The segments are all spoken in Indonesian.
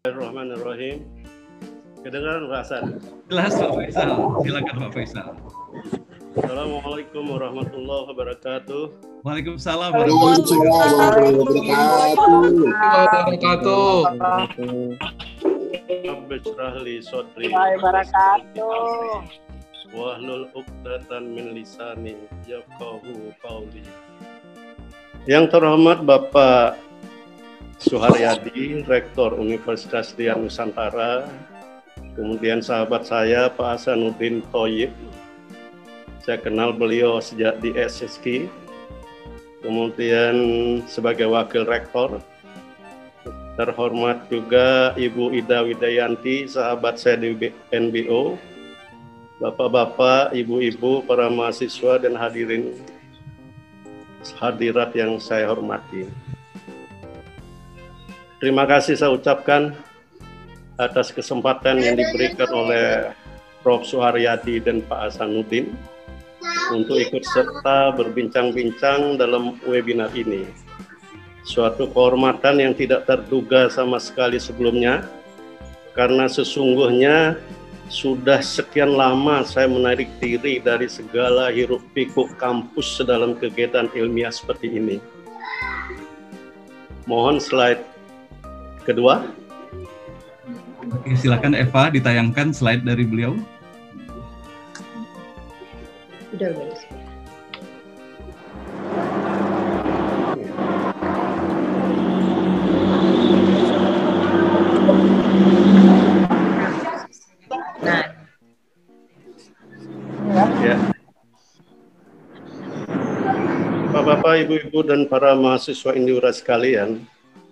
Bismillahirrahmanirrahim. Kedengaran Pak Hasan? Jelas Pak Faisal. Silakan Pak Faisal. Assalamualaikum warahmatullahi wabarakatuh. Waalaikumsalam warahmatullahi wabarakatuh. Rabbi shrah li sadri wahlul 'uqdatam min lisani yafqahu qawli. Yang terhormat Bapak Suharyadi, Rektor Universitas Dian Nusantara, kemudian sahabat saya Pak Hasanuddin Thoyib, saya kenal beliau sejak di SSK, kemudian sebagai Wakil Rektor, terhormat juga Ibu Ida Widayanti, sahabat saya di NBO, Bapak-bapak, Ibu-ibu, para mahasiswa dan hadirat yang saya hormati. Terima kasih saya ucapkan atas kesempatan yang diberikan oleh Prof. Suharyadi dan Pak Hasanuddin untuk ikut serta berbincang-bincang dalam webinar ini. Suatu kehormatan yang tidak terduga sama sekali sebelumnya, karena sesungguhnya sudah sekian lama saya menarik diri dari segala hiruk-pikuk kampus dalam kegiatan ilmiah seperti ini. Mohon slide kedua. Oke, silakan Eva ditayangkan slide dari beliau. Udah bagus. Nah. Ya. Bapak-bapak, Ibu-ibu dan para mahasiswa Indura sekalian,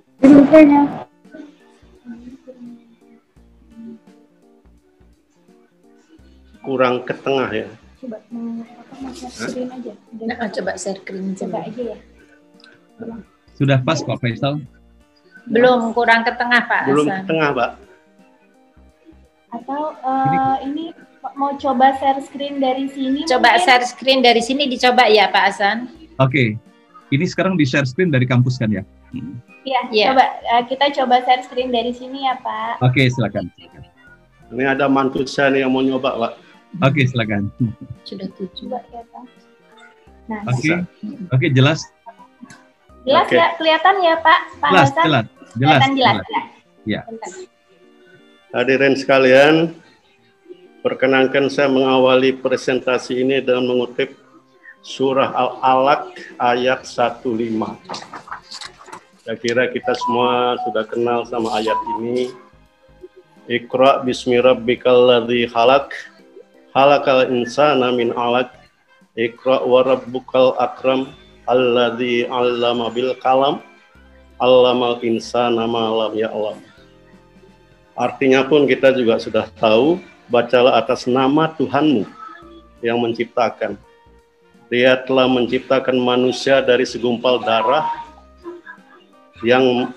kurang ke tengah ya. Coba share screen aja. Coba share screen coba aja ya. Sudah pas Pak Faisal? Belum, kurang ke tengah Pak Belum Hasan. ke tengah, Pak. Atau ini mau coba share screen dari sini? Coba mungkin? share screen dari sini dicoba ya Pak Hasan. Oke. Ini sekarang di share screen dari kampus kan ya? Iya, Ya. coba kita coba share screen dari sini ya Pak. Oke, silakan. Ini ada mantu saya nih yang mau nyoba, Pak. Oke, silakan. Sudah 7. Coba ya Pak. Nah, Oke, jelas. jelas Oke. ya, kelihatan ya Pak Jelas, Hasan? jelas. Kelihatan jelas. Ya. Bentar. Hadirin sekalian, perkenankan saya mengawali presentasi ini dengan mengutip surah Al-Alaq ayat 15. Saya kira kita semua sudah kenal sama ayat ini. Iqra bismi rabbikal ladzi khalaq, khalaqal insana min 'alaq, Iqra wa rabbukal akram, alladzi 'allama bil qalam, 'allamal insana ma lam ya'lam. Artinya pun kita juga sudah tahu, bacalah atas nama Tuhanmu yang menciptakan. Dia telah menciptakan manusia dari segumpal darah, yang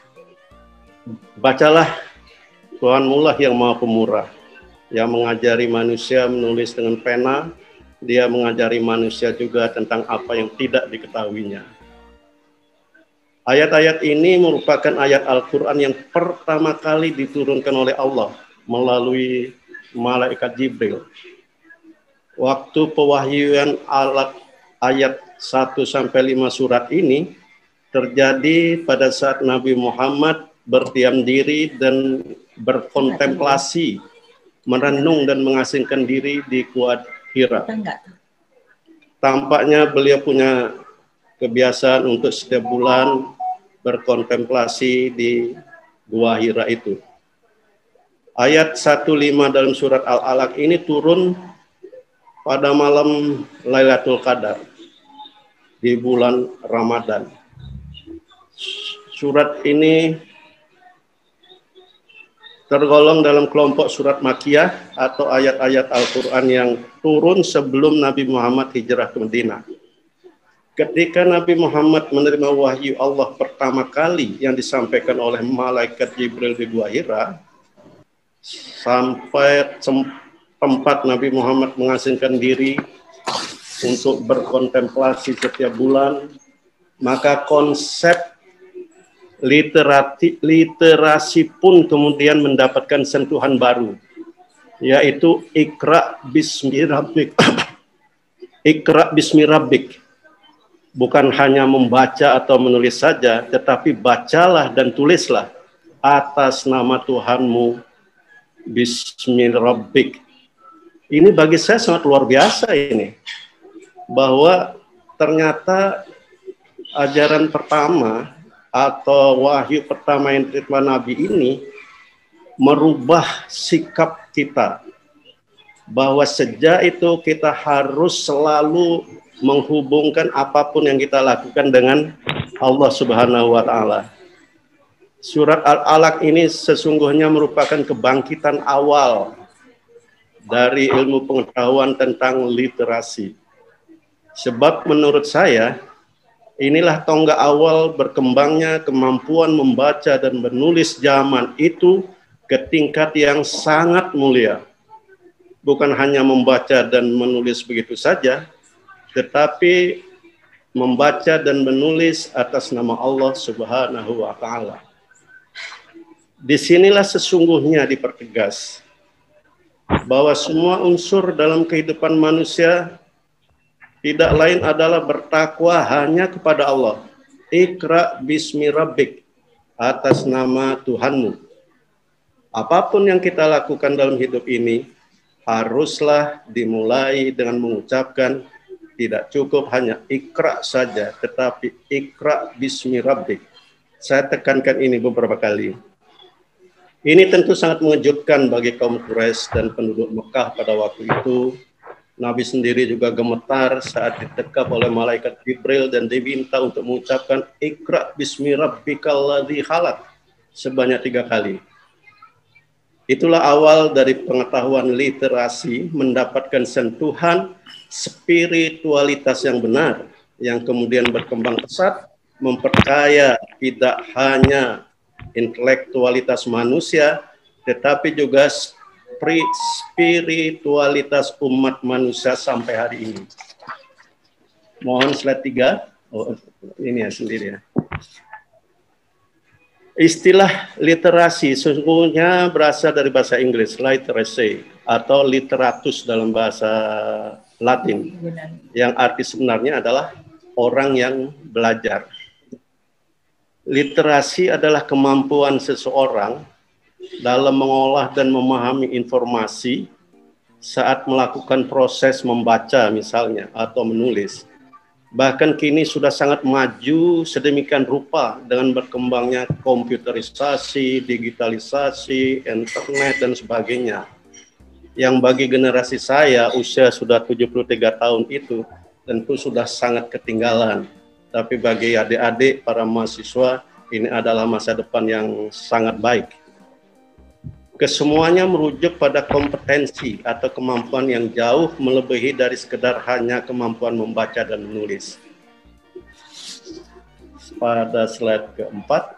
bacalah Tuhanmu lah yang maha pemurah, yang mengajari manusia menulis dengan pena, dia mengajari manusia juga tentang apa yang tidak diketahuinya. Ayat-ayat ini merupakan ayat Al-Quran yang pertama kali diturunkan oleh Allah melalui malaikat Jibril. Waktu pewahyuan ayat 1-5 surat ini terjadi pada saat Nabi Muhammad berdiam diri dan berkontemplasi, merenung dan mengasingkan diri di Gua Hira. Tampaknya beliau punya kebiasaan untuk setiap bulan berkontemplasi di Gua Hira itu. Ayat 1-5 dalam surat Al-Alaq ini turun pada malam Lailatul Qadar di bulan Ramadan. Surat ini tergolong dalam kelompok surat Makkiyah atau ayat-ayat Al-Quran yang turun sebelum Nabi Muhammad hijrah ke Madinah. Ketika Nabi Muhammad menerima wahyu Allah pertama kali yang disampaikan oleh malaikat Jibril di Gua Hira, sampai tempat Nabi Muhammad mengasingkan diri untuk berkontemplasi setiap bulan, maka konsep literasi pun kemudian mendapatkan sentuhan baru, yaitu Iqra bismi rabbik. Iqra bismi rabbik. Bukan hanya membaca atau menulis saja, tetapi bacalah dan tulislah atas nama Tuhanmu, bismi rabbik. Ini bagi saya sangat luar biasa ini, bahwa ternyata ajaran pertama atau wahyu pertama yang diterima Nabi ini merubah sikap kita, bahwa sejak itu kita harus selalu menghubungkan apapun yang kita lakukan dengan Allah Subhanahu wa Ta'ala. Surat Al-Alaq ini sesungguhnya merupakan kebangkitan awal dari ilmu pengetahuan tentang literasi. Sebab menurut saya, inilah tonggak awal berkembangnya kemampuan membaca dan menulis zaman itu ke tingkat yang sangat mulia. Bukan hanya membaca dan menulis begitu saja, tetapi membaca dan menulis atas nama Allah Subhanahu wa Ta'ala. Disinilah sesungguhnya dipertegas bahwa semua unsur dalam kehidupan manusia tidak lain adalah bertakwa hanya kepada Allah. Iqra bismi rabbik, atas nama Tuhanmu. Apapun yang kita lakukan dalam hidup ini haruslah dimulai dengan mengucapkan tidak cukup hanya Iqra saja, tetapi Iqra bismi rabbik. Saya tekankan ini beberapa kali. Ini tentu sangat mengejutkan bagi kaum Quraisy dan penduduk Mekah pada waktu itu. Nabi sendiri juga gemetar saat ditekap oleh malaikat Jibril dan diminta untuk mengucapkan Iqra bismi rabbikal ladzi khalaq sebanyak 3 kali. Itulah awal dari pengetahuan literasi mendapatkan sentuhan spiritualitas yang benar, yang kemudian berkembang pesat, memperkaya tidak hanya intelektualitas manusia, tetapi juga spiritualitas umat manusia sampai hari ini. Mohon slide 3. Oh, ini ya sendiri ya. Istilah literasi sesungguhnya berasal dari bahasa Inggris, literacy, atau literatus dalam bahasa Latin, yang arti sebenarnya adalah orang yang belajar. Literasi adalah kemampuan seseorang dalam mengolah dan memahami informasi saat melakukan proses membaca misalnya atau menulis. Bahkan kini sudah sangat maju sedemikian rupa dengan berkembangnya komputerisasi, digitalisasi, internet dan sebagainya. Yang bagi generasi saya usia sudah 73 tahun itu tentu sudah sangat ketinggalan. Tapi bagi adik-adik para mahasiswa ini adalah masa depan yang sangat baik. Kesemuanya merujuk pada kompetensi atau kemampuan yang jauh melebihi dari sekedar hanya kemampuan membaca dan menulis. Pada slide keempat.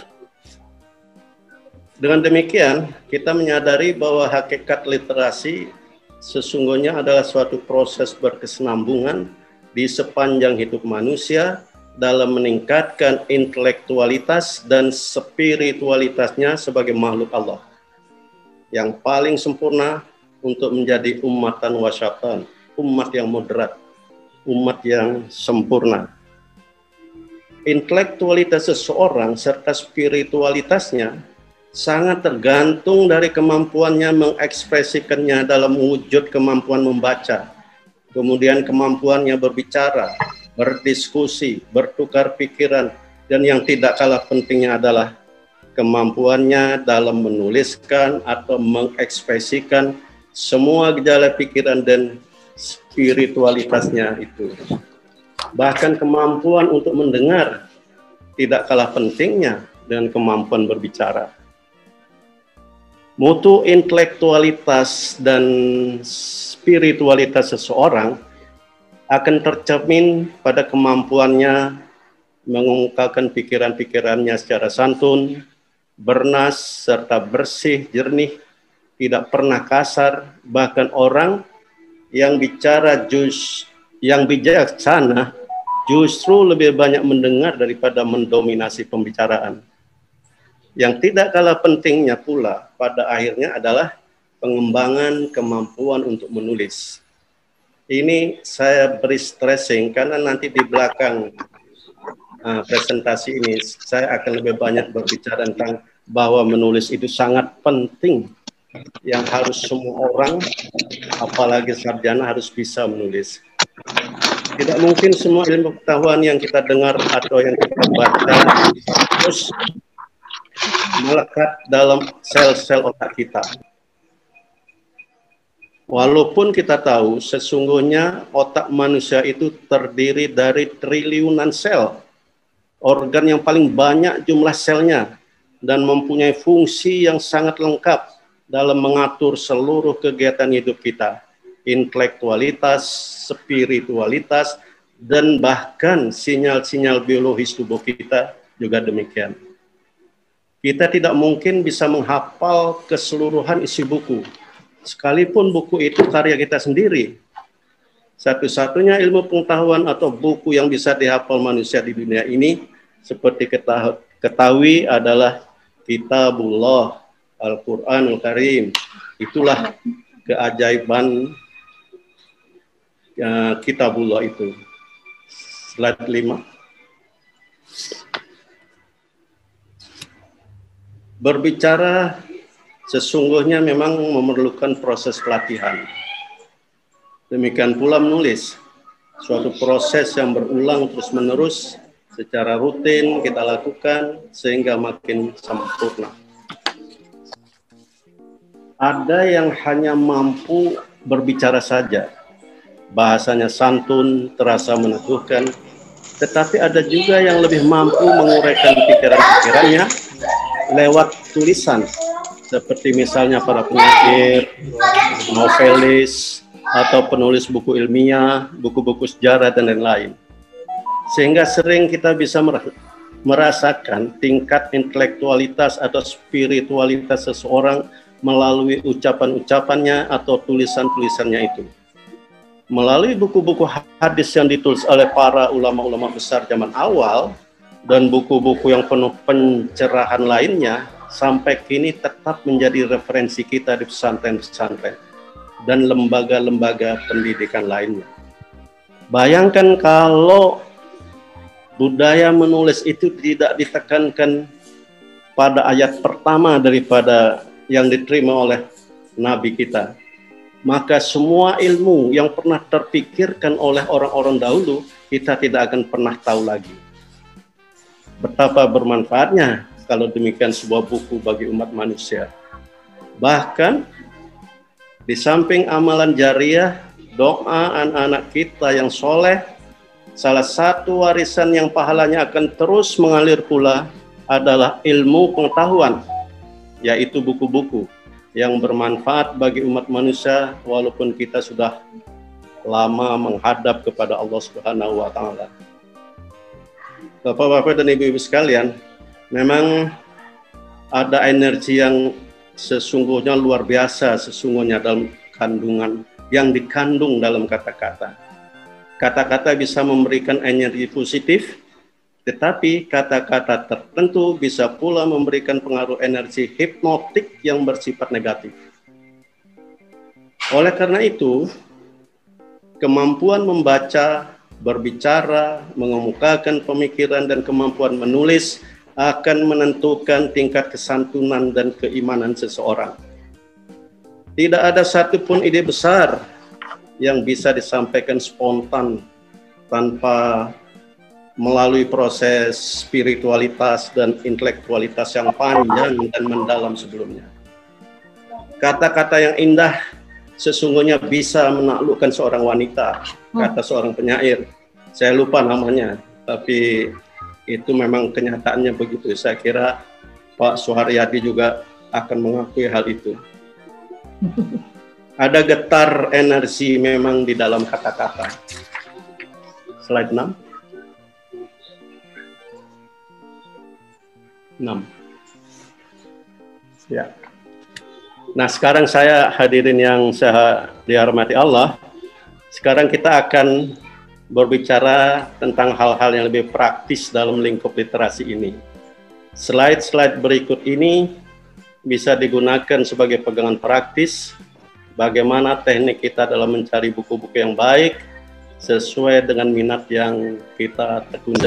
Dengan demikian, kita menyadari bahwa hakikat literasi sesungguhnya adalah suatu proses berkesinambungan di sepanjang hidup manusia dalam meningkatkan intelektualitas dan spiritualitasnya sebagai makhluk Allah yang paling sempurna untuk menjadi ummatan wasyatan, umat yang moderat, umat yang sempurna. Intelektualitas seseorang serta spiritualitasnya sangat tergantung dari kemampuannya mengekspresikannya dalam wujud kemampuan membaca, kemudian kemampuannya berbicara, berdiskusi, bertukar pikiran, dan yang tidak kalah pentingnya adalah kemampuannya dalam menuliskan atau mengekspresikan semua gejala pikiran dan spiritualitasnya itu. Bahkan kemampuan untuk mendengar tidak kalah pentingnya dengan kemampuan berbicara. Mutu intelektualitas dan spiritualitas seseorang akan tercermin pada kemampuannya mengungkapkan pikiran-pikirannya secara santun, bernas, serta bersih, jernih, tidak pernah kasar. Bahkan orang yang bijaksana justru lebih banyak mendengar daripada mendominasi pembicaraan. Yang tidak kalah pentingnya pula pada akhirnya adalah pengembangan kemampuan untuk menulis. Ini saya beri stressing karena nanti di belakang presentasi ini saya akan lebih banyak berbicara tentang bahwa menulis itu sangat penting, yang harus semua orang, apalagi sarjana, harus bisa menulis. Tidak mungkin semua ilmu pengetahuan yang kita dengar atau yang kita baca terus melekat dalam sel-sel otak kita. Walaupun kita tahu sesungguhnya otak manusia itu terdiri dari triliunan sel, organ yang paling banyak jumlah selnya, dan mempunyai fungsi yang sangat lengkap dalam mengatur seluruh kegiatan hidup kita, intelektualitas, spiritualitas, dan bahkan sinyal-sinyal biologis tubuh kita juga demikian. Kita tidak mungkin bisa menghafal keseluruhan isi buku, sekalipun buku itu karya kita sendiri. Satu-satunya ilmu pengetahuan atau buku yang bisa dihafal manusia di dunia ini, seperti ketahui, adalah Kitabullah, Al-Quranul Karim. Itulah keajaiban Kitabullah itu. Slide 5. Berbicara sesungguhnya memang memerlukan proses pelatihan. Demikian pula menulis, suatu proses yang berulang terus-menerus secara rutin kita lakukan sehingga makin sempurna. Ada yang hanya mampu berbicara saja, bahasanya santun, terasa meneguhkan, tetapi ada juga yang lebih mampu menguraikan pikiran-pikirannya lewat tulisan, seperti misalnya para penyair, novelis, atau penulis buku ilmiah, buku-buku sejarah, dan lain-lain. Sehingga sering kita bisa merasakan tingkat intelektualitas atau spiritualitas seseorang melalui ucapan-ucapannya atau tulisan-tulisannya itu. Melalui buku-buku hadis yang ditulis oleh para ulama-ulama besar zaman awal, dan buku-buku yang penuh pencerahan lainnya, sampai kini tetap menjadi referensi kita di pesantren-pesantren dan lembaga-lembaga pendidikan lainnya. Bayangkan kalau budaya menulis itu tidak ditekankan pada ayat pertama daripada yang diterima oleh Nabi kita, maka semua ilmu yang pernah terpikirkan oleh orang-orang dahulu, kita tidak akan pernah tahu lagi. Betapa bermanfaatnya kalau demikian sebuah buku bagi umat manusia. Bahkan di samping amalan jariah, doa anak-anak kita yang soleh, salah satu warisan yang pahalanya akan terus mengalir pula adalah ilmu pengetahuan, yaitu buku-buku yang bermanfaat bagi umat manusia walaupun kita sudah lama menghadap kepada Allah Subhanahu wa Ta'ala. Bapak-bapak dan ibu-ibu sekalian, memang ada energi yang sesungguhnya luar biasa sesungguhnya dalam kandungan yang dikandung dalam kata-kata. Kata-kata bisa memberikan energi positif, tetapi kata-kata tertentu bisa pula memberikan pengaruh energi hipnotik yang bersifat negatif. Oleh karena itu, kemampuan membaca, berbicara, mengemukakan pemikiran, dan kemampuan menulis akan menentukan tingkat kesantunan dan keimanan seseorang. Tidak ada satupun ide besar yang bisa disampaikan spontan tanpa melalui proses spiritualitas dan intelektualitas yang panjang dan mendalam sebelumnya. Kata-kata yang indah sesungguhnya bisa menaklukkan seorang wanita, kata seorang penyair. Saya lupa namanya, tapi itu memang kenyataannya begitu. Saya kira Pak Suharyadi juga akan mengakui hal itu. Ada getar energi memang di dalam kata-kata. Slide 6. 6. Ya. Nah, sekarang saya hadirin yang saya dihormati Allah, sekarang kita akan berbicara tentang hal-hal yang lebih praktis dalam lingkup literasi ini. Slide-slide berikut ini bisa digunakan sebagai pegangan praktis bagaimana teknik kita dalam mencari buku-buku yang baik sesuai dengan minat yang kita tekuni.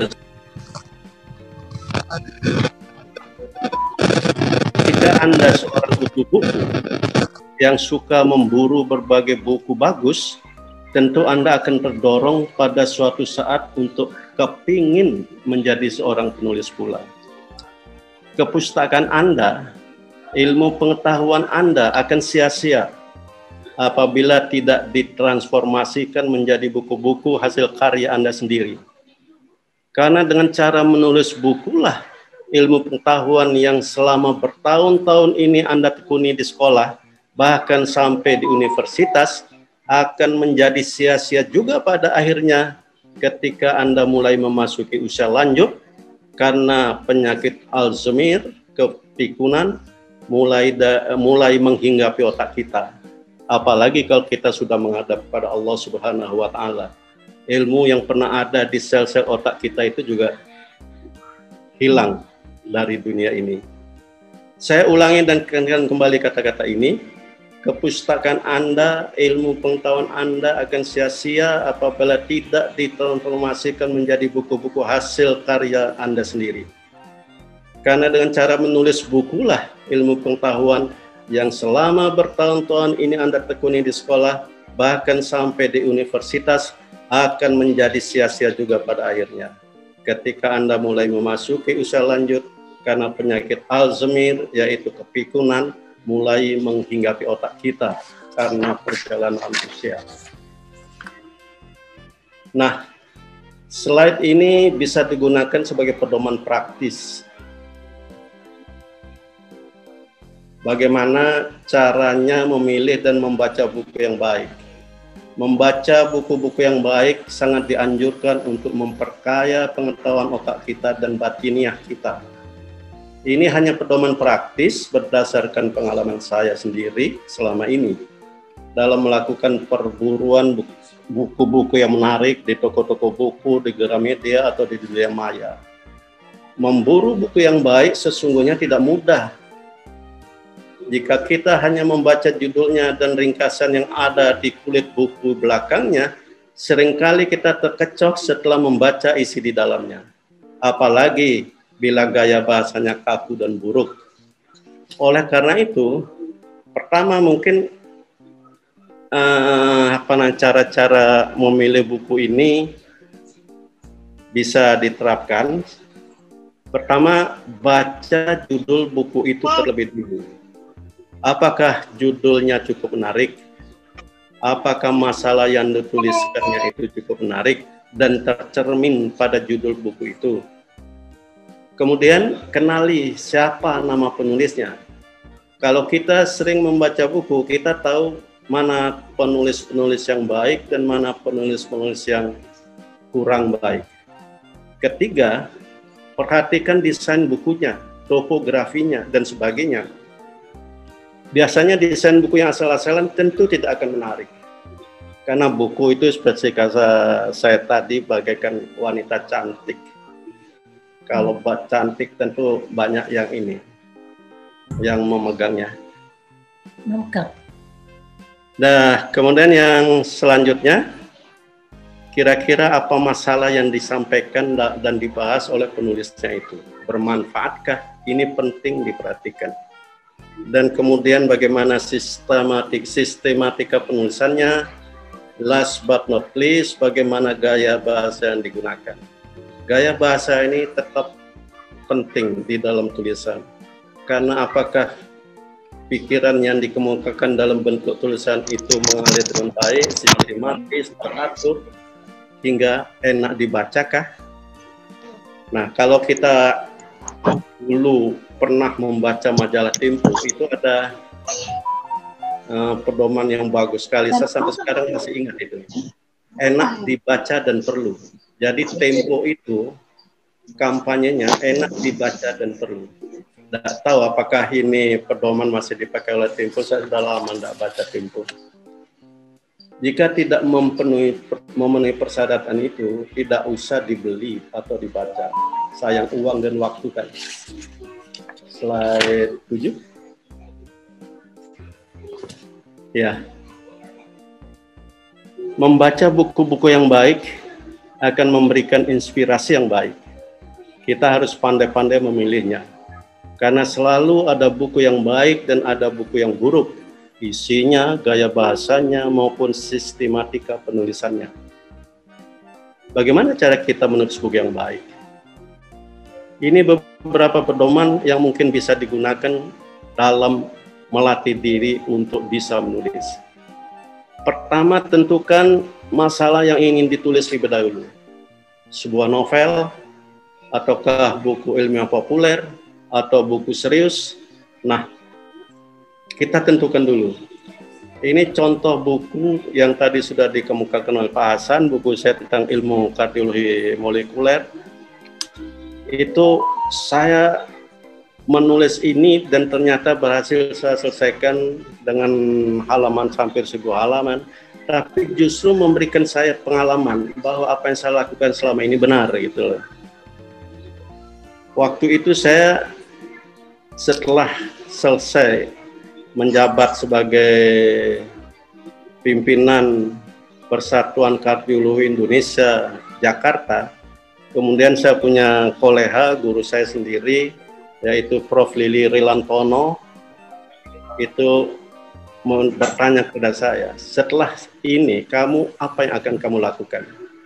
Jika Anda seorang buku-buku yang suka memburu berbagai buku bagus, tentu Anda akan terdorong pada suatu saat untuk kepingin menjadi seorang penulis pula. Kepustakaan Anda, ilmu pengetahuan Anda akan sia-sia apabila tidak ditransformasikan menjadi buku-buku hasil karya Anda sendiri. Karena dengan cara menulis bukulah ilmu pengetahuan yang selama bertahun-tahun ini Anda tekuni di sekolah, bahkan sampai di universitas, akan menjadi sia-sia juga pada akhirnya ketika Anda mulai memasuki usia lanjut karena penyakit Alzheimer, kepikunan, mulai menghinggapi otak kita. Apalagi kalau kita sudah menghadap pada Allah Subhanahu wa Ta'ala. Ilmu yang pernah ada di sel-sel otak kita itu juga hilang dari dunia ini. Saya ulangi dan kembali kata-kata ini. Kepustakaan Anda, ilmu pengetahuan Anda akan sia-sia apabila tidak ditransformasikan menjadi buku-buku hasil karya Anda sendiri. Karena dengan cara menulis bukulah ilmu pengetahuan yang selama bertahun-tahun ini Anda tekuni di sekolah, bahkan sampai di universitas, akan menjadi sia-sia juga pada akhirnya. Ketika Anda mulai memasuki usia lanjut karena penyakit Alzheimer, yaitu kepikunan, mulai menghinggapi otak kita karena perjalanan usia. Nah, slide ini bisa digunakan sebagai pedoman praktis. Bagaimana caranya memilih dan membaca buku yang baik. Membaca buku-buku yang baik sangat dianjurkan untuk memperkaya pengetahuan otak kita dan batiniah kita. Ini hanya pedoman praktis berdasarkan pengalaman saya sendiri selama ini dalam melakukan perburuan buku-buku yang menarik di toko-toko buku, di Gramedia atau di dunia maya. Memburu buku yang baik sesungguhnya tidak mudah. Jika kita hanya membaca judulnya dan ringkasan yang ada di kulit buku belakangnya, seringkali kita terkecoh setelah membaca isi di dalamnya. Apalagi bila gaya bahasanya kaku dan buruk. Oleh karena itu, pertama mungkin cara-cara memilih buku ini bisa diterapkan. Pertama, baca judul buku itu terlebih dulu. Apakah judulnya cukup menarik? Apakah masalah yang dituliskannya itu cukup menarik dan tercermin pada judul buku itu? Kemudian kenali siapa nama penulisnya. Kalau kita sering membaca buku, kita tahu mana penulis-penulis yang baik dan mana penulis-penulis yang kurang baik. Ketiga, perhatikan desain bukunya, topografinya, dan sebagainya. Biasanya desain buku yang asal-asalan tentu tidak akan menarik. Karena buku itu seperti kata saya tadi bagaikan wanita cantik. Kalau buat cantik tentu banyak yang ini, yang memegangnya. Lengkap. Nah, kemudian yang selanjutnya, kira-kira apa masalah yang disampaikan dan dibahas oleh penulisnya itu? Bermanfaatkah? Ini penting diperhatikan. Dan kemudian bagaimana sistematika penulisannya? Last but not least, bagaimana gaya bahasa yang digunakan? Gaya bahasa ini tetap penting di dalam tulisan. Karena apakah pikiran yang dikemukakan dalam bentuk tulisan itu mengalir dengan baik, sistematis, teratur, hingga enak dibacakah? Nah, kalau kita dulu pernah membaca majalah Tempo, itu ada pedoman yang bagus sekali. Saya sampai sekarang masih ingat itu. Enak dibaca dan perlu. Jadi Tempo itu kampanyenya enak dibaca dan perlu. Tidak tahu apakah ini pedoman masih dipakai oleh Tempo. Saya sudah lama tidak baca Tempo. Jika tidak memenuhi persyaratan itu, tidak usah dibeli atau dibaca. Sayang uang dan waktu kan. Slide 7. Ya. Membaca buku-buku yang baik akan memberikan inspirasi yang baik. Kita harus pandai-pandai memilihnya. Karena selalu ada buku yang baik dan ada buku yang buruk. Isinya, gaya bahasanya, maupun sistematika penulisannya. Bagaimana cara kita menulis buku yang baik? Ini beberapa pedoman yang mungkin bisa digunakan dalam melatih diri untuk bisa menulis. Pertama, tentukan masalah yang ingin ditulis lebih dahulu. Sebuah novel, ataukah buku ilmiah populer, atau buku serius. Nah, kita tentukan dulu. Ini contoh buku yang tadi sudah dikemukakan oleh Pak Hasan, buku saya tentang ilmu kardiologi molekuler. Itu saya menulis ini dan ternyata berhasil saya selesaikan dengan halaman hampir 1000 halaman. Tapi justru memberikan saya pengalaman bahwa apa yang saya lakukan selama ini benar gitu loh. Waktu itu saya setelah selesai menjabat sebagai pimpinan Persatuan Kardiologi Indonesia Jakarta. Kemudian saya punya kolega, guru saya sendiri, yaitu Prof. Lili Rilantono, itu bertanya kepada saya, setelah ini kamu apa yang akan kamu lakukan?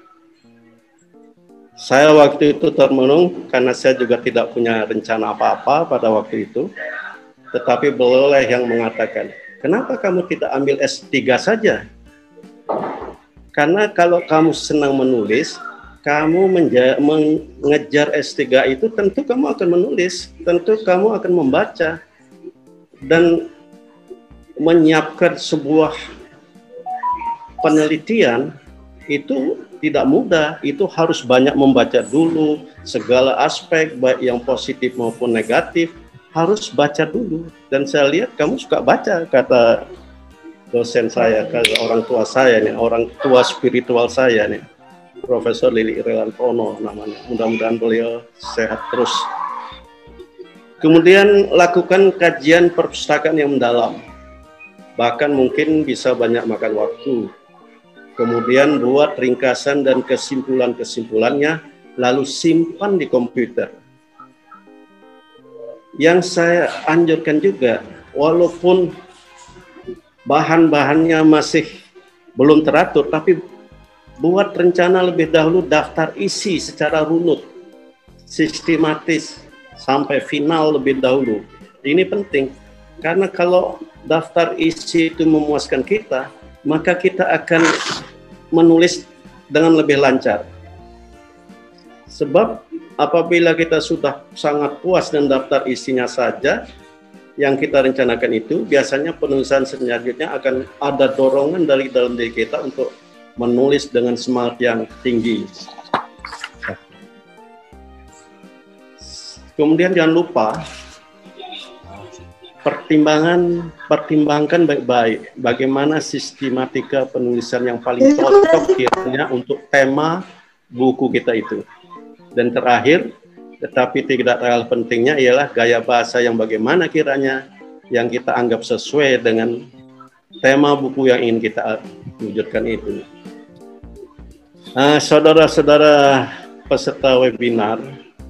Saya waktu itu termenung karena saya juga tidak punya rencana apa-apa pada waktu itu. Tetapi beliau yang mengatakan, kenapa kamu tidak ambil S3 saja? Karena kalau kamu senang menulis, kamu mengejar S3 itu tentu kamu akan menulis, tentu kamu akan membaca, dan menyiapkan sebuah penelitian itu tidak mudah, itu harus banyak membaca dulu, segala aspek, baik yang positif maupun negatif, harus baca dulu. Dan saya lihat kamu suka baca, kata dosen saya, kata orang tua saya nih, orang tua spiritual saya nih, Profesor Lili Rilantono namanya. Mudah-mudahan beliau sehat terus. Kemudian lakukan kajian perpustakaan yang mendalam, bahkan mungkin bisa banyak makan waktu. Kemudian buat ringkasan dan kesimpulan-kesimpulannya, lalu simpan di komputer. Yang saya anjurkan juga, walaupun bahan-bahannya masih belum teratur, tapi buat rencana lebih dahulu, daftar isi secara runut, sistematis, sampai final lebih dahulu. Ini penting, karena kalau daftar isi itu memuaskan kita, maka kita akan menulis dengan lebih lancar. Sebab apabila kita sudah sangat puas dan daftar isinya saja yang kita rencanakan itu, biasanya penulisan selanjutnya akan ada dorongan dari dalam diri kita untuk menulis dengan semangat yang tinggi. Kemudian jangan lupa pertimbangkan baik-baik bagaimana sistematika penulisan yang paling cocok kiranya untuk tema buku kita itu. Dan terakhir, tetapi tidak kalah pentingnya ialah gaya bahasa yang bagaimana kiranya yang kita anggap sesuai dengan tema buku yang ingin kita wujudkan itu. Saudara-saudara peserta webinar,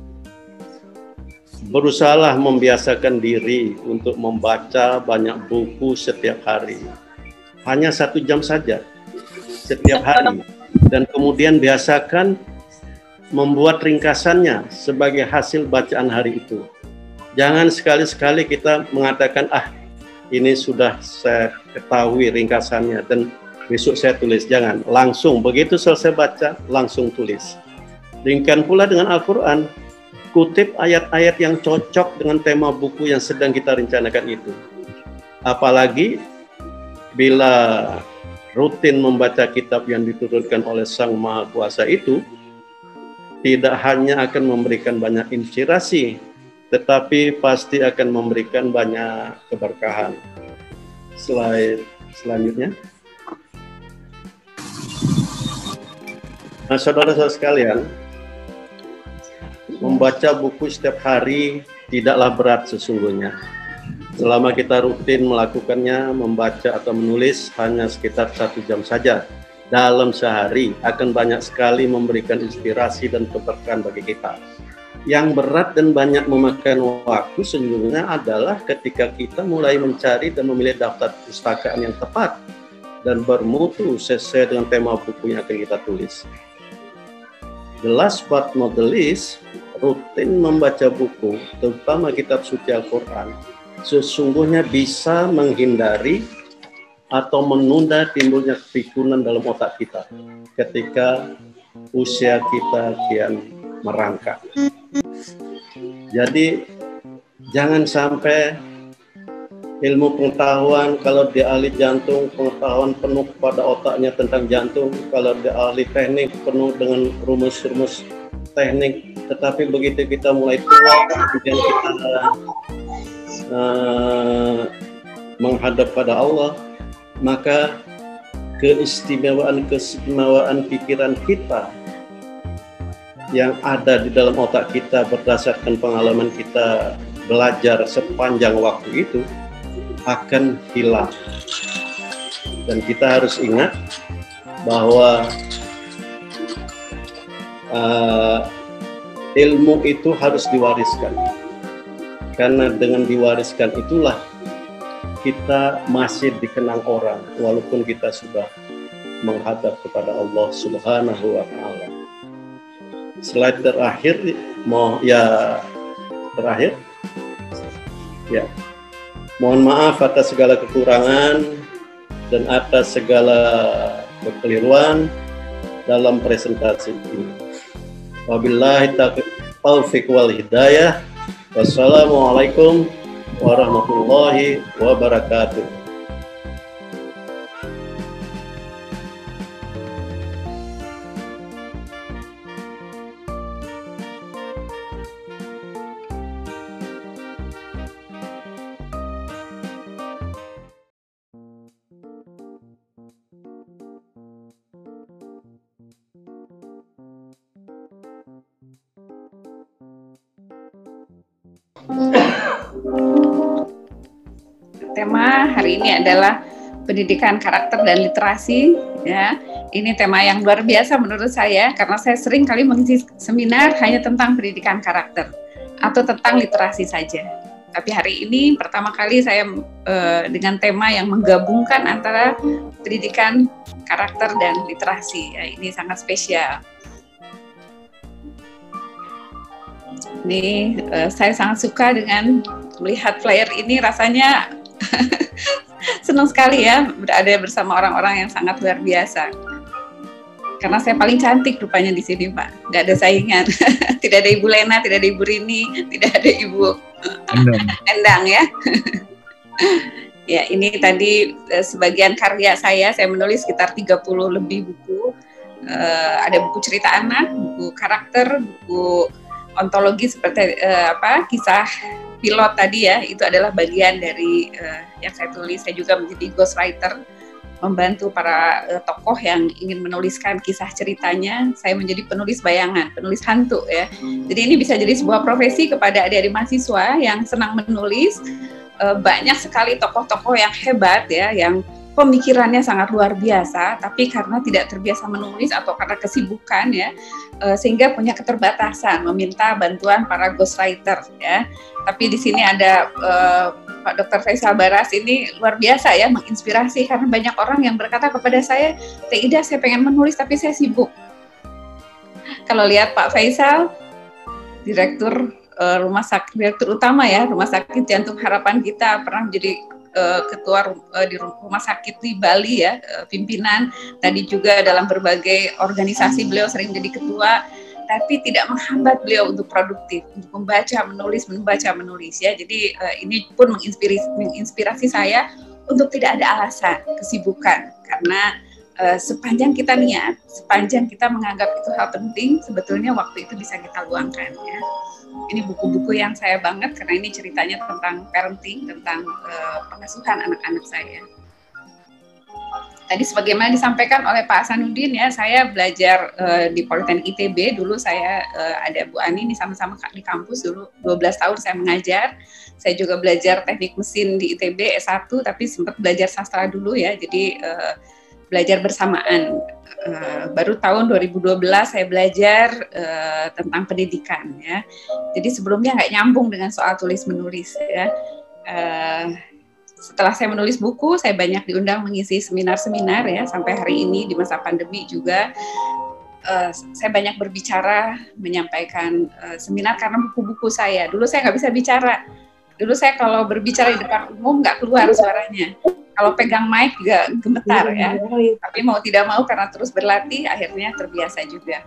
berusahalah membiasakan diri untuk membaca banyak buku setiap hari. Hanya 1 jam saja setiap hari. Dan kemudian biasakan membuat ringkasannya sebagai hasil bacaan hari itu. Jangan sekali-sekali kita mengatakan, ini sudah saya ketahui ringkasannya dan besok saya tulis. Jangan, langsung begitu selesai baca, langsung tulis. Demikian pula dengan Al-Quran, kutip ayat-ayat yang cocok dengan tema buku yang sedang kita rencanakan itu. Apalagi bila rutin membaca kitab yang diturunkan oleh Sang Maha Kuasa itu, tidak hanya akan memberikan banyak inspirasi, tetapi pasti akan memberikan banyak keberkahan. Slide selanjutnya. Nah, saudara-saudara sekalian, membaca buku setiap hari tidaklah berat sesungguhnya. Selama kita rutin melakukannya, membaca atau menulis hanya sekitar 1 jam saja dalam sehari akan banyak sekali memberikan inspirasi dan keberkahan bagi kita. Yang berat dan banyak memakan waktu sesungguhnya adalah ketika kita mulai mencari dan memilih daftar perpustakaan yang tepat dan bermutu sesuai dengan tema buku yang akan kita tulis. The last but not the least, rutin membaca buku, terutama kitab suci Al-Quran, sesungguhnya bisa menghindari atau menunda timbulnya kepikunan dalam otak kita ketika usia kita kian merangkak. Jadi jangan sampai ilmu pengetahuan, kalau dia ahli jantung, pengetahuan penuh pada otaknya tentang jantung, kalau dia ahli teknik penuh dengan rumus-rumus teknik, tetapi begitu kita mulai tua, kemudian kita menghadap pada Allah, maka keistimewaan pikiran kita yang ada di dalam otak kita berdasarkan pengalaman kita belajar sepanjang waktu itu akan hilang. Dan kita harus ingat bahwa ilmu itu harus diwariskan, karena dengan diwariskan itulah kita masih dikenang orang walaupun kita sudah menghadap kepada Allah Subhanahu wa Ta'ala. Slide terakhir terakhir. Mohon maaf atas segala kekurangan dan atas segala kekeliruan dalam presentasi ini. Wabillahi taufiq wal hidayah. Wassalamualaikum warahmatullahi wabarakatuh. Tema hari ini adalah pendidikan karakter dan literasi. Ya, ini tema yang luar biasa menurut saya karena saya sering kali mengisi seminar hanya tentang pendidikan karakter atau tentang literasi saja. Tapi hari ini pertama kali saya dengan tema yang menggabungkan antara pendidikan karakter dan literasi. Ya, ini sangat spesial. Ini saya sangat suka dengan melihat flyer ini, rasanya senang sekali ya berada bersama orang-orang yang sangat luar biasa. Karena saya paling cantik rupanya di sini, Pak. Nggak ada saingan. Tidak ada Ibu Lena, tidak ada Ibu Rini, tidak ada Ibu Endang ya. Ya, ini tadi sebagian karya saya menulis sekitar 30 lebih buku. Ada buku cerita anak, buku karakter, buku ontologi seperti kisah pilot tadi ya, itu adalah bagian dari yang saya tulis. Saya juga menjadi ghostwriter, membantu para tokoh yang ingin menuliskan kisah ceritanya. Saya menjadi penulis bayangan, penulis hantu ya. Jadi ini bisa jadi sebuah profesi kepada adik-adik mahasiswa yang senang menulis. Banyak sekali tokoh-tokoh yang hebat ya, yang pemikirannya sangat luar biasa, tapi karena tidak terbiasa menulis atau karena kesibukan ya, sehingga punya keterbatasan meminta bantuan para ghostwriter ya. Tapi di sini ada Pak Dr. Faisal Baras, ini luar biasa ya, menginspirasi karena banyak orang yang berkata kepada saya, Teh Ida, saya pengen menulis tapi saya sibuk. Kalau lihat Pak Faisal, direktur direktur utama ya Rumah Sakit Jantung Harapan kita, pernah menjadi ketua di rumah sakit di Bali ya, pimpinan. Tadi juga dalam berbagai organisasi beliau sering jadi ketua, tapi tidak menghambat beliau untuk produktif, untuk membaca menulis ya. Jadi ini pun menginspirasi saya untuk tidak ada alasan kesibukan, karena sepanjang kita niat, sepanjang kita menganggap itu hal penting, sebetulnya waktu itu bisa kita luangkan ya. Ini buku-buku yang saya banget karena ini ceritanya tentang parenting, tentang pengasuhan anak-anak saya. tadi sebagaimana disampaikan oleh Pak Hasanuddin ya, saya belajar di Politeknik ITB. Dulu saya ada Bu Ani ini sama-sama di kampus dulu 12 tahun saya mengajar. Saya juga belajar teknik mesin di ITB S1, tapi sempat belajar sastra dulu ya. Jadi belajar bersamaan. Baru tahun 2012 saya belajar tentang pendidikan ya. Jadi sebelumnya nggak nyambung dengan soal tulis menulis ya. Setelah saya menulis buku, saya banyak diundang mengisi seminar-seminar ya, sampai hari ini di masa pandemi juga saya banyak berbicara, menyampaikan seminar karena buku-buku saya. Dulu saya nggak bisa bicara. Dulu saya kalau berbicara di depan umum nggak keluar suaranya. Kalau pegang mic juga gemetar ya. Tapi mau tidak mau karena terus berlatih, akhirnya terbiasa juga.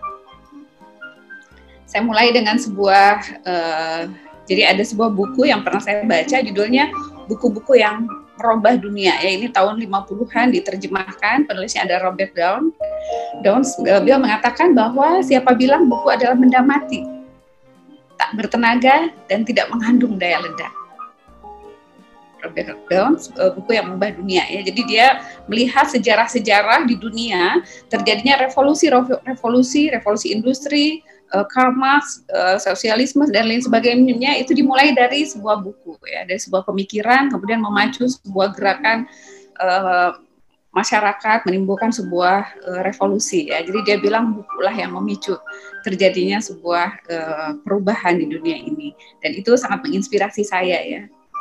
Saya mulai dengan sebuah, jadi ada sebuah buku yang pernah saya baca, judulnya buku-buku yang merubah dunia ya, ini tahun 50-an diterjemahkan, penulisnya ada Robert Downes. Beliau mengatakan bahwa siapa bilang buku adalah benda mati, tak bertenaga dan tidak mengandung daya ledak. Robert Downes, buku yang mengubah dunia ya. Jadi dia melihat sejarah-sejarah di dunia terjadinya revolusi industri, Karl Marx, sosialisme dan lain sebagainya, itu dimulai dari sebuah buku ya, dari sebuah pemikiran kemudian memacu sebuah gerakan masyarakat, menimbulkan sebuah revolusi ya. Jadi dia bilang bukulah yang memicu terjadinya sebuah perubahan di dunia ini, dan itu sangat menginspirasi saya ya.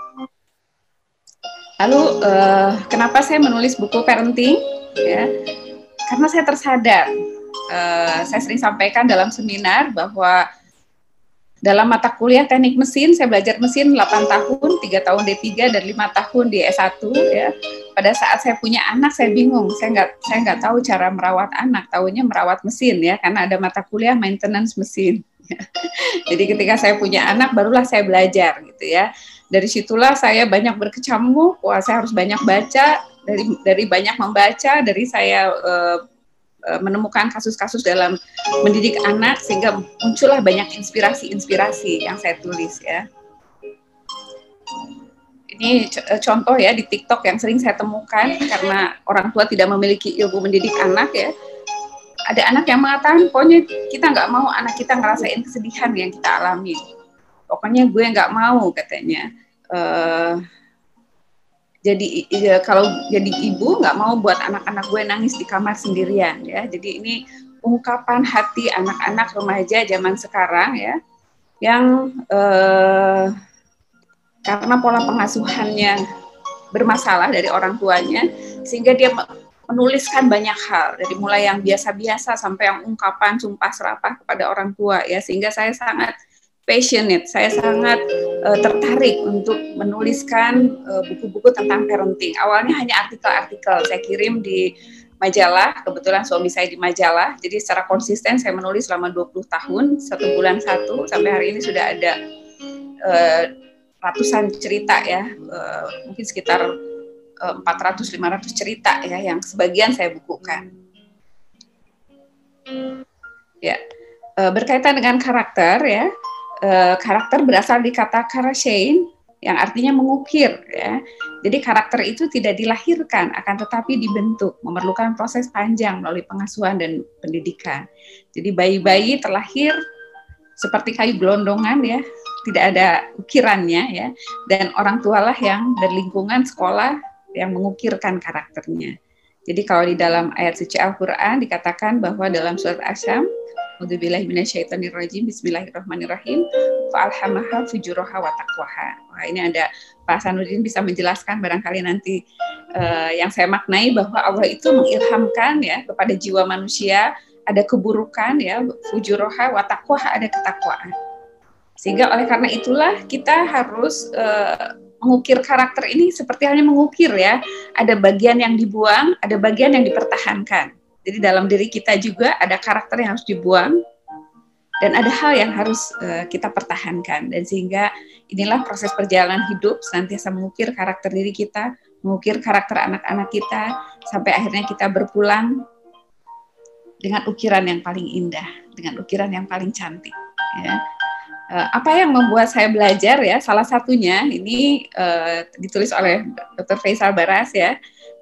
Lalu kenapa saya menulis buku parenting ya? Karena saya tersadar, saya sering sampaikan dalam seminar bahwa dalam mata kuliah teknik mesin, saya belajar mesin 8 tahun, 3 tahun D3 dan 5 tahun di S1 ya. Pada saat saya punya anak, saya bingung, saya nggak tahu cara merawat anak, tahunya merawat mesin ya, karena ada mata kuliah maintenance mesin. Jadi ketika saya punya anak, barulah saya belajar gitu ya. Dari situlah saya banyak berkecamuk, wah saya harus banyak baca, dari banyak membaca, dari saya menemukan kasus-kasus dalam mendidik anak, sehingga muncullah banyak inspirasi-inspirasi yang saya tulis ya. Ini contoh ya di TikTok yang sering saya temukan karena orang tua tidak memiliki ilmu mendidik anak ya. Ada anak yang mengatakan, pokoknya kita nggak mau anak kita ngerasain kesedihan yang kita alami. Pokoknya gue nggak mau katanya. Jadi kalau jadi ibu nggak mau buat anak-anak gue nangis di kamar sendirian ya. Jadi ini ungkapan hati anak-anak remaja zaman sekarang ya, yang karena pola pengasuhannya bermasalah dari orang tuanya, sehingga dia menuliskan banyak hal, dari mulai yang biasa-biasa sampai yang ungkapan sumpah serapah kepada orang tua ya, sehingga saya sangat passionate, saya sangat tertarik untuk menuliskan buku-buku tentang parenting. Awalnya hanya artikel-artikel saya kirim di majalah, kebetulan suami saya di majalah, jadi secara konsisten saya menulis selama 20 tahun, 1 bulan 1, sampai hari ini sudah ada ratusan cerita ya, mungkin sekitar 400-500 cerita ya, yang sebagian saya bukukan. Ya, berkaitan dengan karakter ya. Karakter berasal dari kata karashein yang artinya mengukir ya. Jadi karakter itu tidak dilahirkan, akan tetapi dibentuk, memerlukan proses panjang melalui pengasuhan dan pendidikan. Jadi bayi-bayi terlahir seperti kayu gelondongan ya, tidak ada ukirannya ya, dan orang tualah yang dari lingkungan sekolah yang mengukirkan karakternya. Jadi kalau di dalam ayat suci Al-Quran dikatakan bahwa dalam surat Asyam, A'udzubillahi minasyaitonirrajim, bismillahirrahmanirrahim, fa'alhamaha fujuraha wa taqwaha. Wah, ini ada Pak Hasanuddin bisa menjelaskan barangkali nanti yang saya maknai bahwa Allah itu mengilhamkan ya kepada jiwa manusia ada keburukan ya, fujuraha wa taqwaha, ada ketakwaan. Sehingga oleh karena itulah kita harus mengukir karakter ini seperti halnya mengukir ya. Ada bagian yang dibuang, ada bagian yang dipertahankan. Jadi dalam diri kita juga ada karakter yang harus dibuang dan ada hal yang harus kita pertahankan. Dan sehingga inilah proses perjalanan hidup, senantiasa mengukir karakter diri kita, mengukir karakter anak-anak kita, sampai akhirnya kita berpulang dengan ukiran yang paling indah, dengan ukiran yang paling cantik. Ya. Apa yang membuat saya belajar ya, salah satunya ini ditulis oleh Dr. Faisal Baras ya,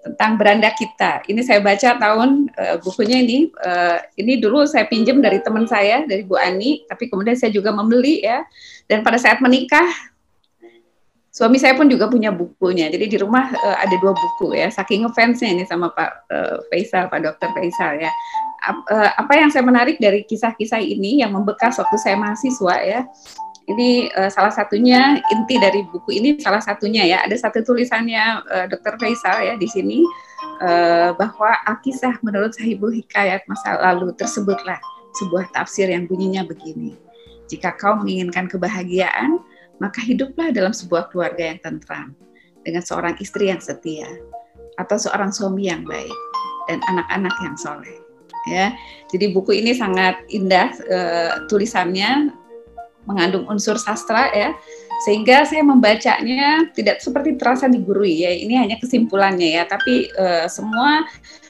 tentang beranda kita. Ini saya baca tahun bukunya ini dulu saya pinjam dari teman saya, dari Bu Ani, tapi kemudian saya juga membeli ya. Dan pada saat menikah, suami saya pun juga punya bukunya. Jadi di rumah ada 2 buku ya. Saking ngefansnya ini sama Pak Faisal, Pak Dr. Faisal ya. Apa yang saya menarik dari kisah-kisah ini yang membekas waktu saya mahasiswa ya. Ini salah satunya, inti dari buku ini salah satunya ya. Ada satu tulisannya Dr. Faisal ya di sini bahwa Al-Kisah menurut Sahibul Hikayat masa lalu tersebutlah sebuah tafsir yang bunyinya begini. Jika kau menginginkan kebahagiaan, maka hiduplah dalam sebuah keluarga yang tentram dengan seorang istri yang setia atau seorang suami yang baik dan anak-anak yang soleh. Ya, jadi buku ini sangat indah tulisannya, mengandung unsur sastra ya, sehingga saya membacanya tidak seperti terasa digurui ya. Ini hanya kesimpulannya ya, tapi semua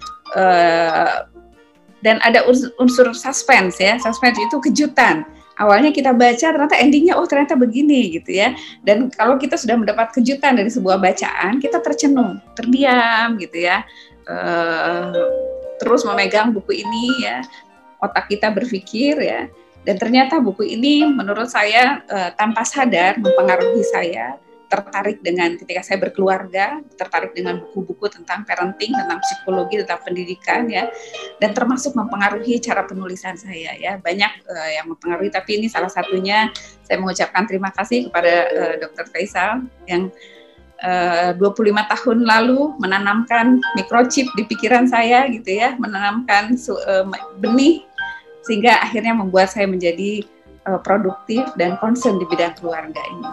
dan ada unsur suspense ya. Suspense itu kejutan. Awalnya kita baca ternyata endingnya ternyata begini gitu ya. Dan kalau kita sudah mendapat kejutan dari sebuah bacaan, kita tercenung, terdiam gitu ya. Terus memegang buku ini ya, otak kita berpikir ya. Dan ternyata buku ini menurut saya tanpa sadar mempengaruhi saya, tertarik dengan ketika saya berkeluarga, tertarik dengan buku-buku tentang parenting, tentang psikologi, tentang pendidikan ya, dan termasuk mempengaruhi cara penulisan saya ya. Banyak yang mempengaruhi, tapi ini salah satunya. Saya mengucapkan terima kasih kepada Dr. Faisal yang 25 tahun lalu menanamkan microchip di pikiran saya gitu ya, menanamkan benih sehingga akhirnya membuat saya menjadi produktif dan concern di bidang keluarga ini.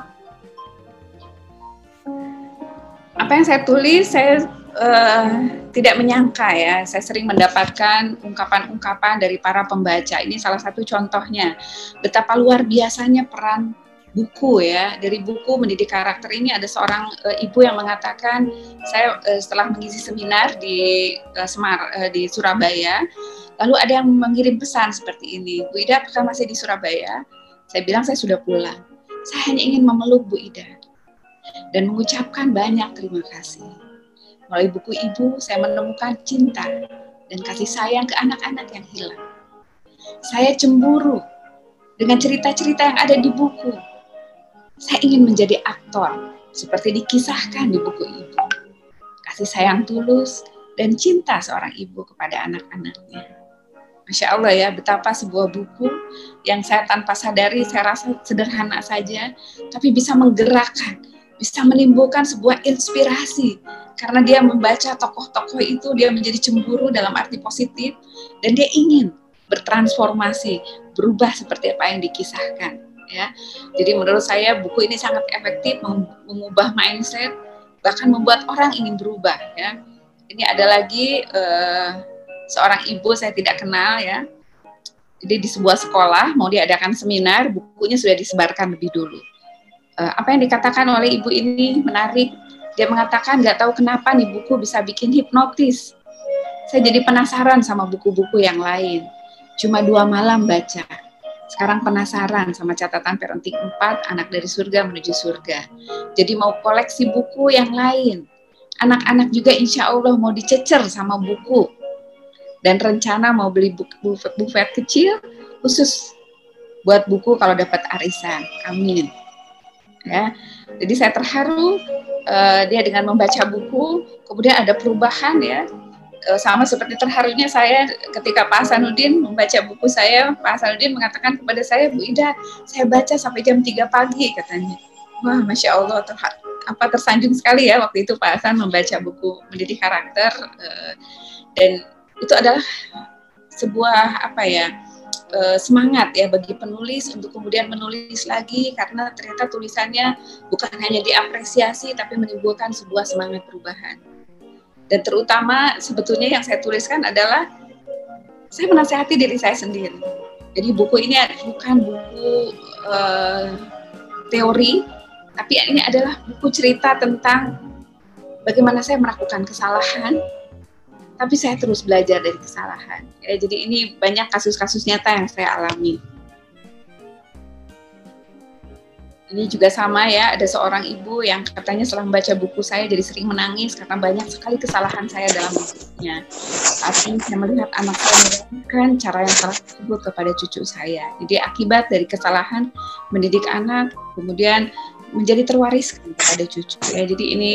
Apa yang saya tulis, saya tidak menyangka ya, saya sering mendapatkan ungkapan-ungkapan dari para pembaca. Ini salah satu contohnya, betapa luar biasanya peran buku ya. Dari buku mendidik karakter ini ada seorang ibu yang mengatakan, saya setelah mengisi seminar di Surabaya, lalu ada yang mengirim pesan seperti ini, Bu Ida apakah masih di Surabaya? Saya bilang saya sudah pulang. Saya hanya ingin memeluk Bu Ida dan mengucapkan banyak terima kasih. Melalui buku ibu saya menemukan cinta dan kasih sayang ke anak-anak yang hilang. Saya cemburu dengan cerita-cerita yang ada di buku. Saya ingin menjadi aktor seperti dikisahkan di buku ibu. Kasih sayang tulus dan cinta seorang ibu kepada anak-anaknya. Masya Allah ya, betapa sebuah buku yang saya tanpa sadari, saya rasa sederhana saja, tapi bisa menggerakkan, bisa menimbulkan sebuah inspirasi. Karena dia membaca tokoh-tokoh itu, dia menjadi cemburu dalam arti positif, dan dia ingin bertransformasi, berubah seperti apa yang dikisahkan. Ya, jadi menurut saya buku ini sangat efektif mengubah mindset, bahkan membuat orang ingin berubah. Ya, ini ada lagi seorang ibu saya tidak kenal ya. Jadi di sebuah sekolah mau diadakan seminar, bukunya sudah disebarkan lebih dulu. Apa yang dikatakan oleh ibu ini menarik. Dia mengatakan nggak tahu kenapa nih buku bisa bikin hipnotis. Saya jadi penasaran sama buku-buku yang lain. Cuma 2 malam baca. Sekarang penasaran sama catatan parenting 4, anak dari surga menuju surga. Jadi mau koleksi buku yang lain. Anak-anak juga insya Allah mau dicecer sama buku. Dan rencana mau beli buffet kecil khusus buat buku kalau dapat arisan. Amin. Ya, jadi saya terharu dia dengan membaca buku, kemudian ada perubahan ya. Sama seperti terharunya saya ketika Pak Hasanuddin membaca buku saya, Pak Hasanuddin mengatakan kepada saya, Bu Ida, saya baca sampai jam 3 pagi katanya. Wah, Masya Allah, tersanjung sekali ya waktu itu Pak Hasan membaca buku mendidik karakter dan itu adalah sebuah semangat ya bagi penulis untuk kemudian menulis lagi karena ternyata tulisannya bukan hanya diapresiasi tapi menimbulkan sebuah semangat perubahan. Dan terutama sebetulnya yang saya tuliskan adalah saya menasihati diri saya sendiri. Jadi buku ini bukan buku teori, tapi ini adalah buku cerita tentang bagaimana saya melakukan kesalahan, tapi saya terus belajar dari kesalahan. Ya, jadi ini banyak kasus-kasus nyata yang saya alami. Ini juga sama ya, ada seorang ibu yang katanya setelah membaca buku saya jadi sering menangis karena banyak sekali kesalahan saya dalam bukunya. Saat ini saya melihat anak saya melakukan cara yang salah tersebut kepada cucu saya. Jadi akibat dari kesalahan mendidik anak, kemudian menjadi terwariskan kepada cucu. Ya, jadi ini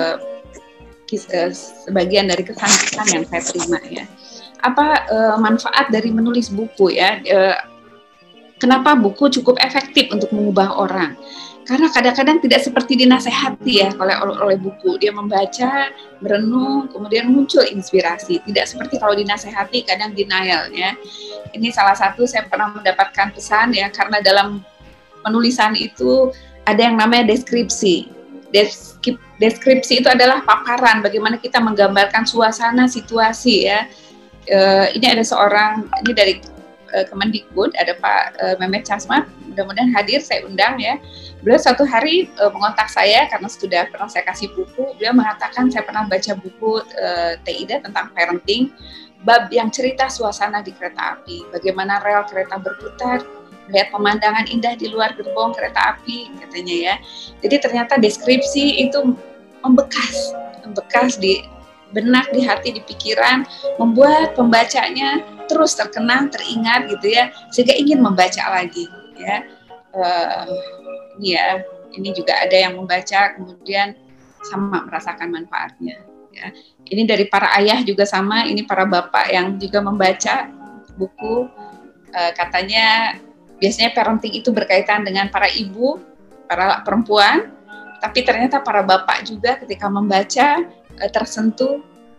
sebagian dari kesan-kesan yang saya terima ya. Apa manfaat dari menulis buku ya? Kenapa buku cukup efektif untuk mengubah orang? Karena kadang-kadang tidak seperti dinasehati ya oleh buku. Dia membaca, merenung, kemudian muncul inspirasi. Tidak seperti kalau dinasehati kadang denial ya. Ini salah satu saya pernah mendapatkan pesan ya, karena dalam penulisan itu ada yang namanya deskripsi. Deskripsi itu adalah paparan bagaimana kita menggambarkan suasana situasi ya. Ini ada seorang, ini dari Kemendikbud, ada Pak Mehmet Casmat, mudah-mudahan hadir, saya undang ya. Beliau suatu hari mengontak saya karena sudah pernah saya kasih buku. Beliau mengatakan saya pernah baca buku TIDA tentang parenting, bab yang cerita suasana di kereta api, bagaimana rel kereta berputar, melihat pemandangan indah di luar gerbong kereta api, katanya ya. Jadi ternyata deskripsi itu membekas di benak, di hati, di pikiran, membuat pembacanya terus terkenang, teringat gitu ya, sehingga ingin membaca lagi ya. Ini juga ada yang membaca kemudian sama merasakan manfaatnya ya. Ini dari para ayah juga sama, ini para bapak yang juga membaca buku, katanya biasanya parenting itu berkaitan dengan para ibu, para perempuan, tapi ternyata para bapak juga ketika membaca tersentuh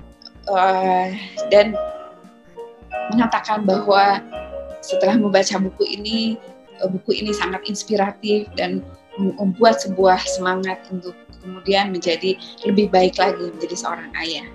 dan mengatakan bahwa setelah membaca buku ini sangat inspiratif dan membuat sebuah semangat untuk kemudian menjadi lebih baik lagi menjadi seorang ayah.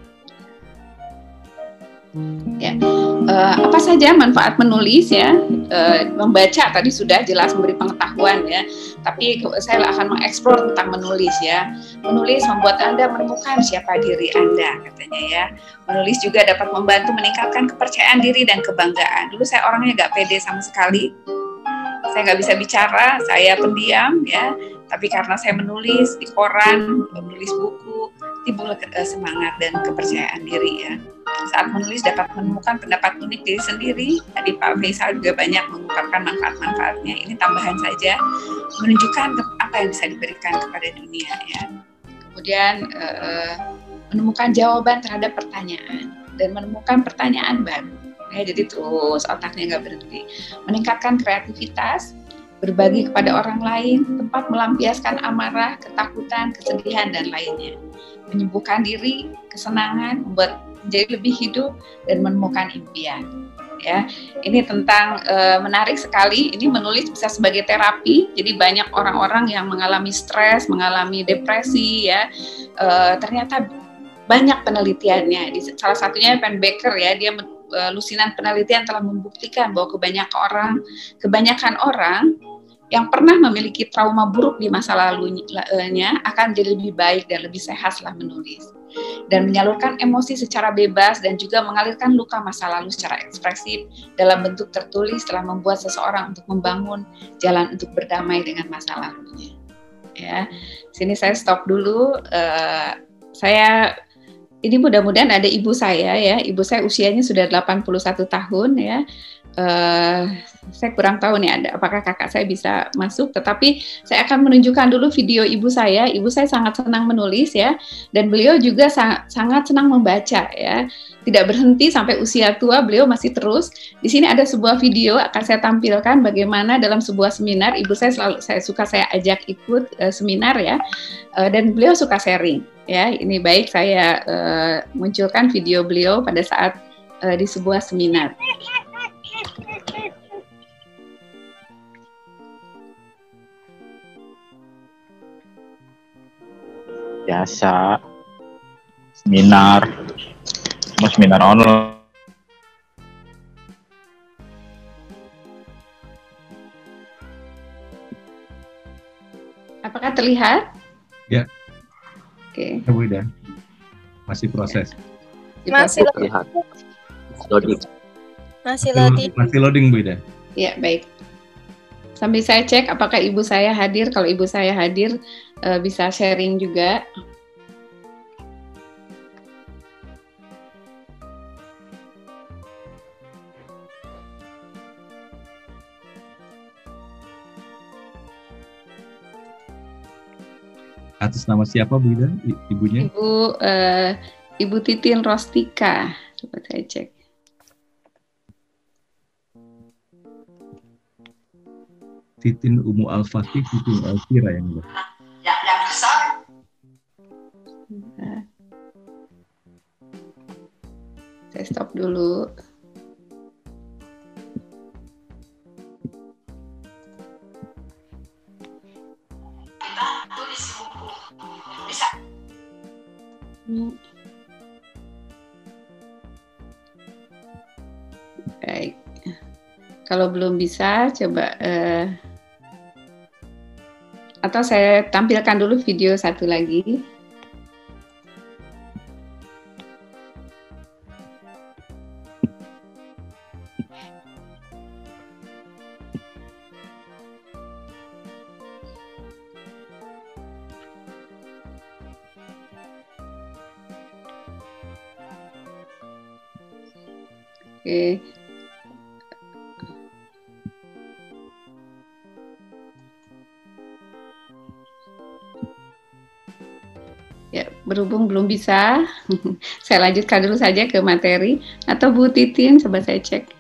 Ya, apa saja manfaat menulis ya? Membaca tadi sudah jelas memberi pengetahuan ya, tapi saya akan mengeksplor tentang menulis ya. Menulis membuat Anda menemukan siapa diri Anda, katanya ya. Menulis juga dapat membantu meningkatkan kepercayaan diri dan kebanggaan. Dulu saya orangnya nggak pede sama sekali, saya nggak bisa bicara, saya pendiam ya. Tapi karena saya menulis di koran, menulis buku, timbul semangat dan kepercayaan diri ya. Saat menulis dapat menemukan pendapat unik diri sendiri. Tadi Pak Faisal juga banyak mengungkapkan manfaat-manfaatnya. Ini tambahan saja, menunjukkan apa yang bisa diberikan kepada dunia ya. Kemudian menemukan jawaban terhadap pertanyaan dan menemukan pertanyaan baru. Ya, jadi terus otaknya nggak berhenti. Meningkatkan kreativitas, berbagi kepada orang lain, tempat melampiaskan amarah, ketakutan, kesedihan dan lainnya. Menyembuhkan diri, kesenangan, membuat menjadi lebih hidup dan menemukan impian. Ya, ini tentang menarik sekali. Ini menulis bisa sebagai terapi. Jadi banyak orang-orang yang mengalami stres, mengalami depresi, ya. Ternyata banyak penelitiannya. Salah satunya Pennebaker ya, dia lusinan penelitian telah membuktikan bahwa kebanyakan orang yang pernah memiliki trauma buruk di masa lalunya akan jadi lebih baik dan lebih sehat setelah menulis. Dan menyalurkan emosi secara bebas dan juga mengalirkan luka masa lalu secara ekspresif dalam bentuk tertulis telah membuat seseorang untuk membangun jalan untuk berdamai dengan masa lalunya. Ya, sini saya stop dulu. Ini mudah-mudahan ada ibu saya ya. Ibu saya usianya sudah 81 tahun ya. Saya kurang tahu nih apakah kakak saya bisa masuk, tetapi saya akan menunjukkan dulu video ibu saya. Ibu saya sangat senang menulis ya, dan beliau juga sangat senang membaca ya. Tidak berhenti sampai usia tua, beliau masih terus. Di sini ada sebuah video akan saya tampilkan bagaimana dalam sebuah seminar ibu saya saya ajak ikut seminar ya, dan beliau suka sharing ya. Ini baik saya munculkan video beliau pada saat di sebuah seminar. Biasa seminar online. Apakah terlihat? Ya. Oke. Bu Ida, masih proses. Masih loading. Masih loading Bu Ida. Ya, baik. Sambil saya cek apakah ibu saya hadir. Kalau ibu saya hadir, bisa sharing juga. Atas nama siapa Bu Ida, ibunya? Ibu Titin Rostika. Coba saya cek. Titin Umu Al-Fatih, Titin Elvira yang mulia. Saya stop dulu. Baik. Kalau belum bisa, coba atau saya tampilkan dulu video satu lagi. Oke. Ya, berhubung belum bisa, saya lanjutkan dulu saja ke materi. Atau Bu Titin, coba saya cek.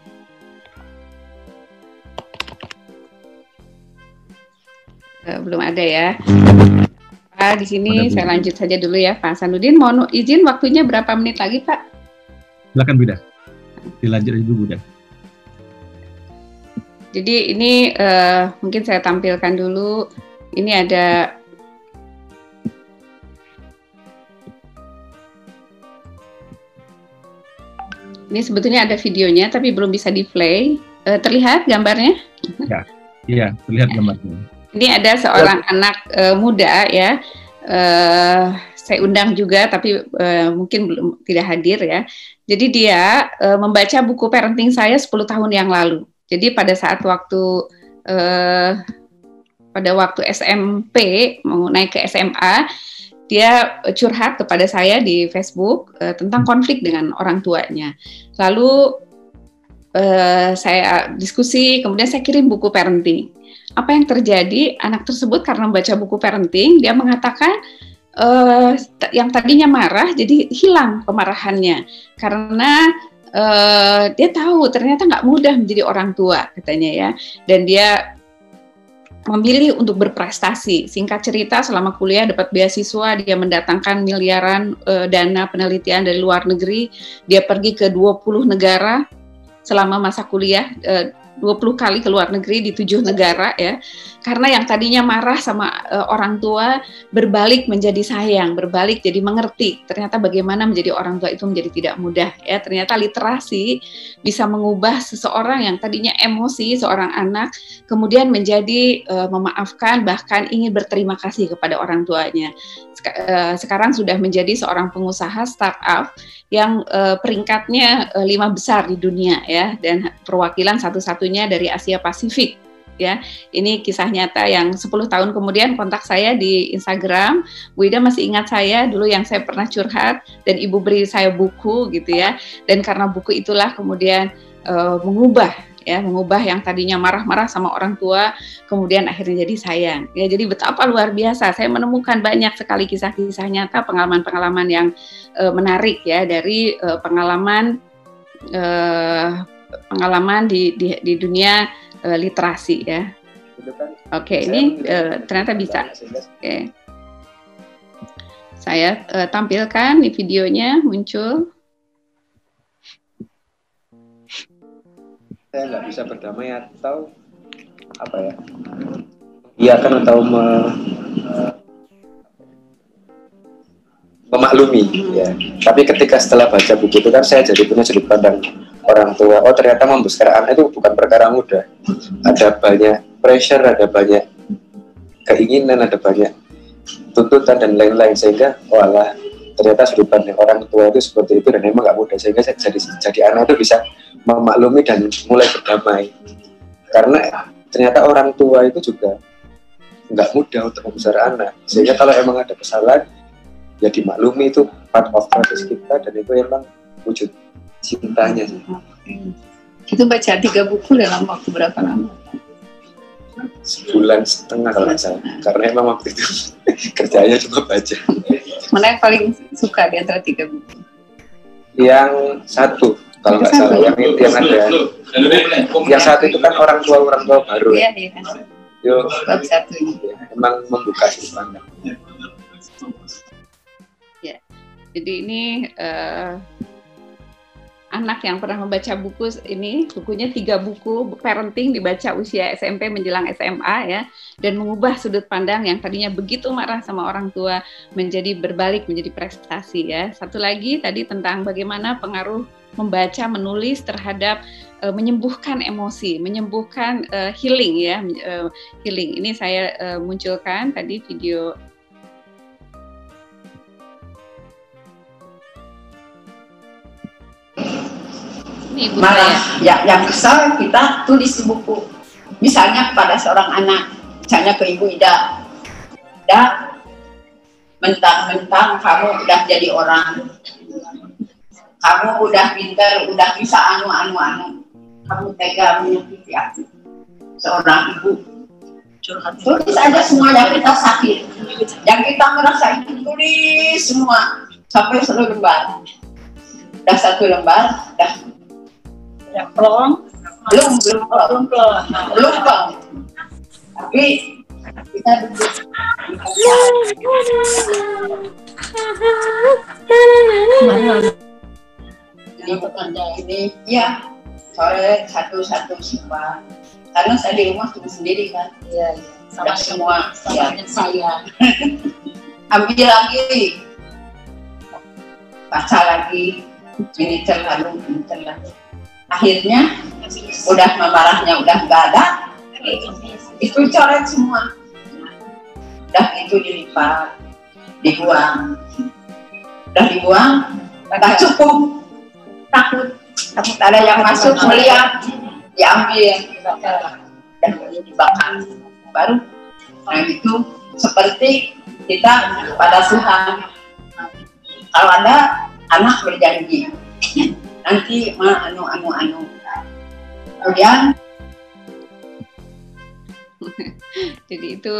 Belum ada ya. Di sini saya lanjut saja dulu ya, Pak Hasanuddin. Mohon izin waktunya berapa menit lagi, Pak? Silakan Bu Ida. Dilanjut aja Bu Ida. Jadi ini mungkin saya tampilkan dulu. Ini ada ini sebetulnya ada videonya tapi belum bisa di-play. Terlihat gambarnya? Ya, iya, terlihat gambarnya. Ini ada seorang anak muda ya. Saya undang juga tapi mungkin belum tidak hadir ya. Jadi dia membaca buku parenting saya 10 tahun yang lalu. Jadi pada saat waktu SMP mau naik ke SMA, dia curhat kepada saya di Facebook tentang konflik dengan orang tuanya. Lalu saya diskusi, kemudian saya kirim buku parenting. Apa yang terjadi? Anak tersebut karena membaca buku parenting, dia mengatakan yang tadinya marah jadi hilang kemarahannya karena dia tahu ternyata nggak mudah menjadi orang tua katanya ya, dan dia memilih untuk berprestasi. Singkat cerita, selama kuliah dapat beasiswa, dia mendatangkan miliaran dana penelitian dari luar negeri. Dia pergi ke 20 negara selama masa kuliah, 20 kali ke luar negeri di 7 negara ya. Karena yang tadinya marah sama orang tua berbalik menjadi sayang, berbalik jadi mengerti. Ternyata bagaimana menjadi orang tua itu menjadi tidak mudah ya. Ternyata literasi bisa mengubah seseorang yang tadinya emosi, seorang anak kemudian menjadi memaafkan, bahkan ingin berterima kasih kepada orang tuanya. Sekarang sudah menjadi seorang pengusaha startup yang peringkatnya 5 besar di dunia ya, dan perwakilan satu-satunya dari Asia Pasifik. Ya, ini kisah nyata yang 10 tahun kemudian kontak saya di Instagram. Bu Ida masih ingat saya dulu yang saya pernah curhat dan Ibu beri saya buku gitu ya. Dan karena buku itulah kemudian mengubah yang tadinya marah-marah sama orang tua kemudian akhirnya jadi sayang. Ya, jadi betapa luar biasa. Saya menemukan banyak sekali kisah-kisah nyata, pengalaman-pengalaman yang menarik ya dari pengalaman di dunia literasi ya. Oke, ini ternyata bisa. Oke. Saya tampilkan di videonya muncul. Saya nggak bisa berdamai atau apa ya? Iya kan, atau memaklumi ya. Tapi ketika setelah baca buku itu kan saya jadi punya sudut pandang orang tua. Oh, ternyata membesarkan anak itu bukan perkara mudah. Ada banyak pressure, ada banyak keinginan, ada banyak tuntutan dan lain-lain, sehingga walah ternyata sudut pandang orang tua itu seperti itu dan memang nggak mudah, sehingga jadi anak itu bisa memaklumi dan mulai berdamai. Karena ternyata orang tua itu juga nggak mudah untuk membesarkan anak. Sehingga kalau emang ada kesalahan, ya dimaklumi, itu part of proses kita, dan itu emang wujud cintanya sih. Itu baca 3 buku dalam waktu berapa lama? Sebulan setengah kalau nggak salah, karena emang waktu itu kerjanya cuma baca. Mana yang paling suka di antara 3 buku? Yang satu kalau nggak salah, yang ada, yang satu itu kan orang tua baru. Iya, iya. Yuk, Bab 1 ini. emang membuka sudut pandang. Ya, jadi ini anak yang pernah membaca buku ini, bukunya 3 buku parenting dibaca usia SMP menjelang SMA ya, dan mengubah sudut pandang yang tadinya begitu marah sama orang tua menjadi berbalik menjadi prestasi ya. Satu lagi tadi tentang bagaimana pengaruh membaca, menulis terhadap menyembuhkan emosi, menyembuhkan healing ya, healing. Ini saya munculkan tadi video. Malah yang kesal kita tulis di buku, misalnya kepada seorang anak, misalnya ke Ibu Ida, mentang-mentang kamu udah jadi orang, kamu udah pintar, udah bisa anu, kamu tega menyakiti aku, seorang ibu. Tulis aja semua yang kita sakit, yang kita merasa itu, tulis semua sampai 1 lembar. Udah 1 lembar, udah plong, belum. Tapi kita duduk di pekerja ini, ya sore satu sifat. Karena saya di rumah tunggu sendiri kan, ya, sama semua ya. Saya ambil lagi, baca lagi, ini terlalu. Akhirnya udah marahnya udah nggak ada, itu coret semua, udah itu dilipat, dibuang, udah cukup, takut ada yang masuk melihat, diambil, dan dibakar, baru. Nah itu seperti kita pada Tuhan, kalau ada anak berjanji nanti anu. Kemudian jadi itu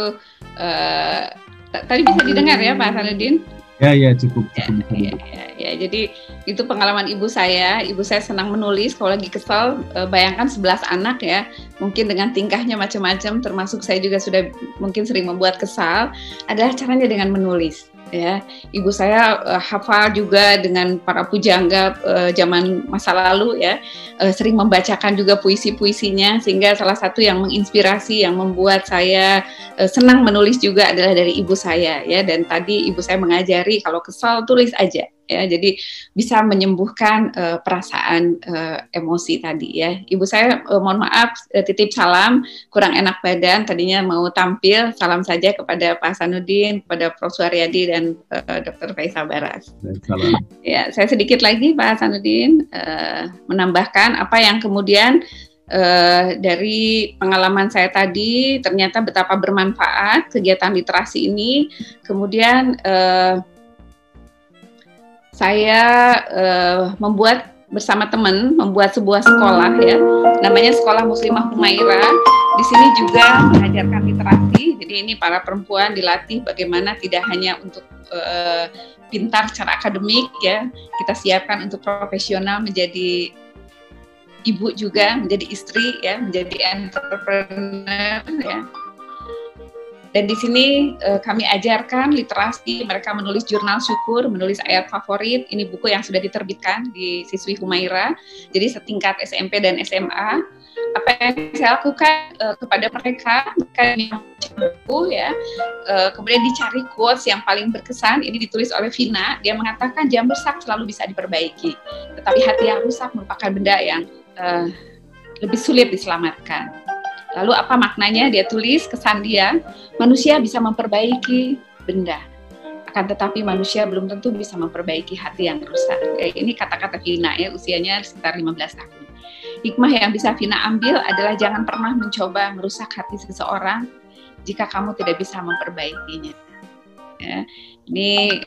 tadi bisa didengar ya Pak Hasanuddin? Ya cukup. Ya, jadi itu pengalaman ibu saya senang menulis kalau lagi kesal. Bayangkan 11 anak ya, mungkin dengan tingkahnya macam-macam, termasuk saya juga sudah mungkin sering membuat kesal, adalah caranya dengan menulis. Ya, ibu saya hafal juga dengan para pujangga zaman masa lalu ya, sering membacakan juga puisi-puisinya, sehingga salah satu yang menginspirasi, yang membuat saya senang menulis juga adalah dari ibu saya ya. Dan tadi ibu saya mengajari kalau kesal tulis aja ya, jadi bisa menyembuhkan perasaan emosi tadi ya. Ibu saya mohon maaf, titip salam, kurang enak badan, tadinya mau tampil, salam saja kepada Pak Hasanuddin, kepada Prof. Suharyadi dan Dr. Faisal Baras. Salam. Ya, saya sedikit lagi Pak Hasanuddin menambahkan apa yang kemudian dari pengalaman saya tadi, ternyata betapa bermanfaat kegiatan literasi ini. Kemudian saya bersama teman membuat sebuah sekolah ya, namanya Sekolah Muslimah Humaira. Di sini juga mengajarkan literasi. Jadi ini para perempuan dilatih bagaimana tidak hanya untuk pintar secara akademik ya, kita siapkan untuk profesional, menjadi ibu juga, menjadi istri ya, menjadi entrepreneur ya. Dan di sini kami ajarkan literasi, mereka menulis jurnal syukur, menulis ayat favorit. Ini buku yang sudah diterbitkan di Siswi Humaira. Jadi setingkat SMP dan SMA. Apa yang saya lakukan kepada mereka membaca buku ya. Kemudian dicari quotes yang paling berkesan. Ini ditulis oleh Vina. Dia mengatakan jam rusak selalu bisa diperbaiki, tetapi hati yang rusak merupakan benda yang lebih sulit diselamatkan. Lalu apa maknanya? Dia tulis kesan dia, manusia bisa memperbaiki benda, akan tetapi manusia belum tentu bisa memperbaiki hati yang rusak. Ini kata-kata Vina ya, usianya sekitar 15 tahun. hikmah yang bisa Vina ambil adalah jangan pernah mencoba merusak hati seseorang jika kamu tidak bisa memperbaikinya. Ya, ini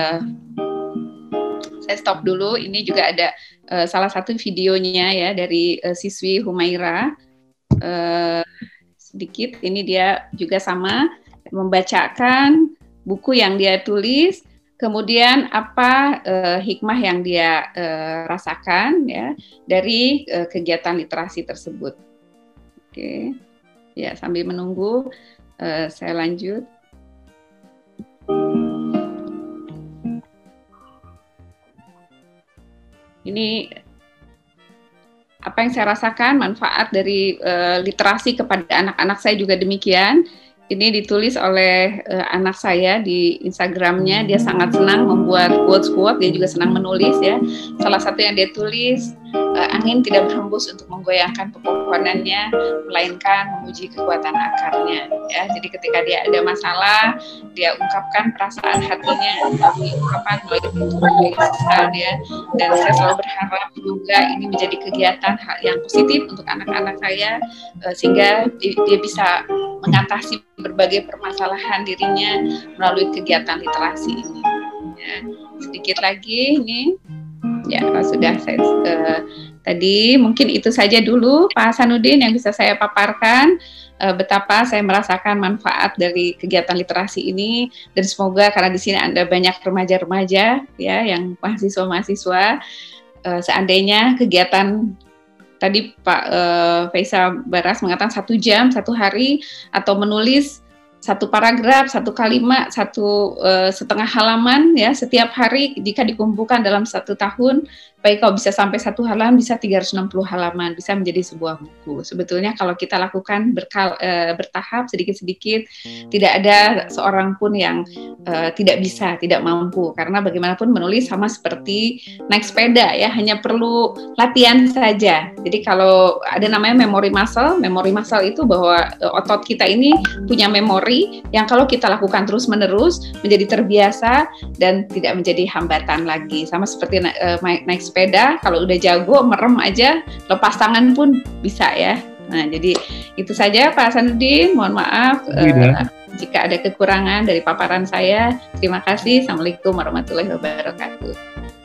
saya stop dulu. Ini juga ada salah satu videonya ya dari siswi Humaira. Sedikit, ini dia juga sama membacakan buku yang dia tulis, kemudian apa hikmah yang dia rasakan ya dari kegiatan literasi tersebut. Oke, ya sambil menunggu saya lanjut. Ini apa yang saya rasakan, manfaat dari literasi kepada anak-anak saya juga demikian. Ini ditulis oleh anak saya di Instagramnya. Dia sangat senang membuat quotes-quotes, dia juga senang menulis ya. Salah satu yang dia tulis, angin tidak berhembus untuk menggoyangkan pepohonannya, melainkan memuji kekuatan akarnya. Ya, jadi ketika dia ada masalah, dia ungkapkan perasaan hatinya, melalui ungkapan, melalui misalnya. Dan saya selalu berharap juga ini menjadi kegiatan yang positif untuk anak-anak saya, sehingga dia bisa mengatasi berbagai permasalahan dirinya melalui kegiatan literasi ini. Ya, sedikit lagi ini, ya sudah saya tadi mungkin itu saja dulu Pak Hasanuddin yang bisa saya paparkan betapa saya merasakan manfaat dari kegiatan literasi ini, dan semoga karena di sini ada banyak remaja-remaja ya yang mahasiswa-mahasiswa, seandainya kegiatan tadi Pak Faisal Baras mengatakan 1 jam, 1 hari, atau menulis 1 paragraf, 1 kalimat, 1,5 halaman ya setiap hari, jika dikumpulkan dalam 1 tahun, baik kalau bisa sampai 1 halaman, bisa 360 halaman, bisa menjadi sebuah buku. Sebetulnya kalau kita lakukan bertahap, sedikit-sedikit, tidak ada seorang pun yang tidak bisa, tidak mampu, karena bagaimanapun menulis sama seperti naik sepeda ya, hanya perlu latihan saja. Jadi kalau ada namanya memory muscle itu bahwa otot kita ini punya memori yang kalau kita lakukan terus-menerus menjadi terbiasa dan tidak menjadi hambatan lagi. Sama seperti naik sepeda, kalau udah jago merem aja, lepas tangan pun bisa ya. Nah, jadi itu saja Pak Hasanuddin. Mohon maaf jika ada kekurangan dari paparan saya. Terima kasih. Assalamualaikum warahmatullahi wabarakatuh.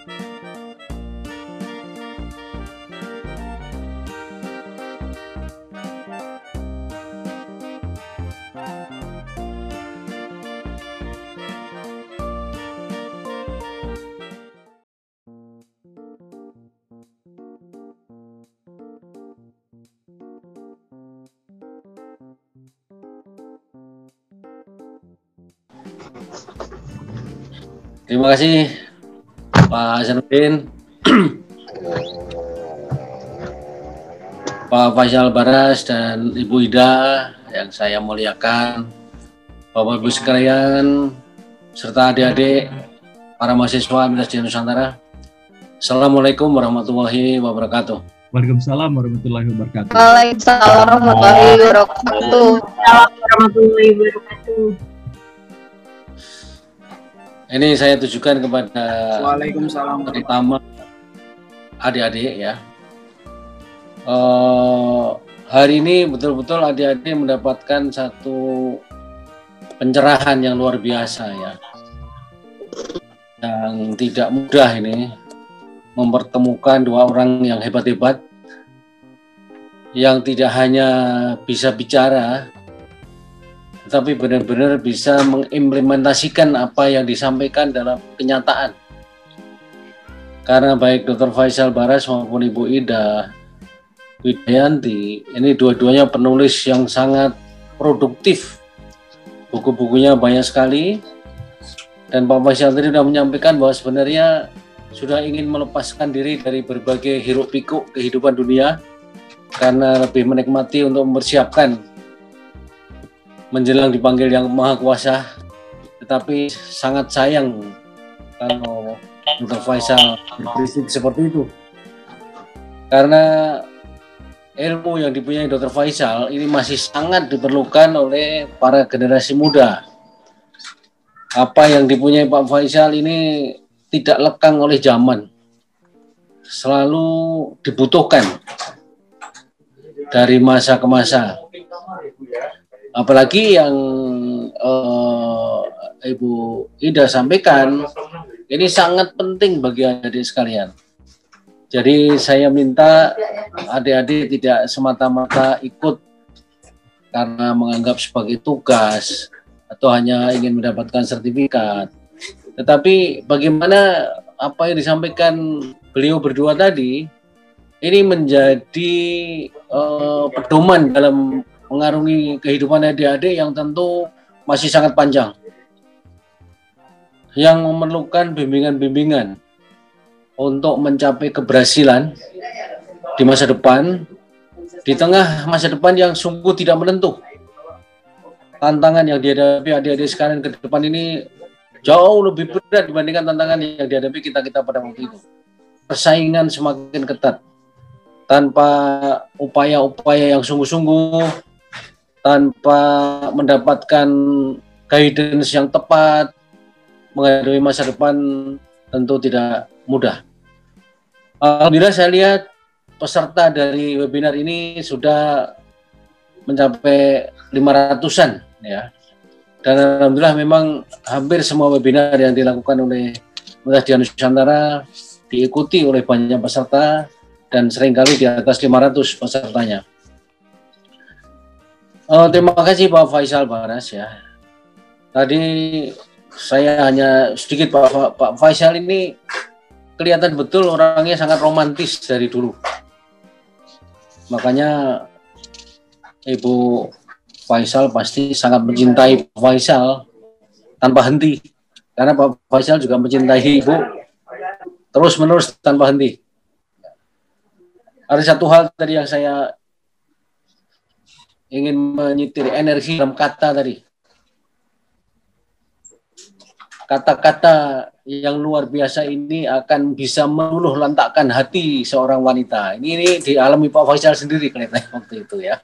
Terima kasih Pak Hasanuddin, Pak Faisal Baras dan Ibu Ida yang saya muliakan, Bapak Ibu sekalian, serta adik-adik para mahasiswa Universitas Nusantara. Assalamualaikum warahmatullahi wabarakatuh. Waalaikumsalam warahmatullahi wabarakatuh. Waalaikumsalam warahmatullahi wabarakatuh. Warahmatullahi wabarakatuh. Ini saya tujukan kepada Waalaikumsalam terutama adik-adik ya. Hari ini betul-betul adik-adik mendapatkan satu pencerahan yang luar biasa ya. Yang tidak mudah ini mempertemukan 2 orang yang hebat-hebat, yang tidak hanya bisa bicara, tapi benar-benar bisa mengimplementasikan apa yang disampaikan dalam kenyataan. Karena baik Dr. Faisal Baras maupun Ibu Ida Widayanti, ini dua-duanya penulis yang sangat produktif. Buku-bukunya banyak sekali. Dan Pak Faisal tadi sudah menyampaikan bahwa sebenarnya sudah ingin melepaskan diri dari berbagai hiruk-pikuk kehidupan dunia, karena lebih menikmati untuk mempersiapkan menjelang dipanggil Yang Maha Kuasa. Tetapi sangat sayang kalau Dr. Faisal berprinsip seperti itu, karena ilmu yang dipunyai Dr. Faisal ini masih sangat diperlukan oleh para generasi muda. Apa yang dipunyai Pak Faisal ini tidak lekang oleh zaman, selalu dibutuhkan dari masa ke masa. Apalagi yang Ibu Ida sampaikan, ini sangat penting bagi adik-adik sekalian. Jadi saya minta adik-adik tidak semata-mata ikut karena menganggap sebagai tugas atau hanya ingin mendapatkan sertifikat. Tetapi bagaimana apa yang disampaikan beliau berdua tadi, ini menjadi pedoman dalam mengarungi kehidupan adik-adik yang tentu masih sangat panjang, yang memerlukan bimbingan-bimbingan untuk mencapai keberhasilan di masa depan, di tengah masa depan yang sungguh tidak menentu. Tantangan yang dihadapi adik-adik sekalian ke depan ini jauh lebih berat dibandingkan tantangan yang dihadapi kita-kita pada waktu itu. Persaingan semakin ketat. Tanpa upaya-upaya yang sungguh-sungguh, tanpa mendapatkan guidance yang tepat, menghadapi masa depan tentu tidak mudah. Alhamdulillah saya lihat peserta dari webinar ini sudah mencapai 500-an ya. Dan alhamdulillah memang hampir semua webinar yang dilakukan oleh Universitas Nusantara diikuti oleh banyak peserta dan seringkali di atas 500 pesertanya. Terima kasih Pak Faisal Baras ya. Tadi saya hanya sedikit Pak Faisal ini kelihatan betul orangnya sangat romantis dari dulu. Makanya Ibu Faisal pasti sangat mencintai Pak Faisal tanpa henti. Karena Pak Faisal juga mencintai Ibu terus-menerus tanpa henti. Ada satu hal tadi yang saya ingin menyitir, energi dalam kata tadi. Kata-kata yang luar biasa ini akan bisa meluluh lantakkan hati seorang wanita. Ini dialami Pak Faisal sendiri kelihatannya waktu itu ya.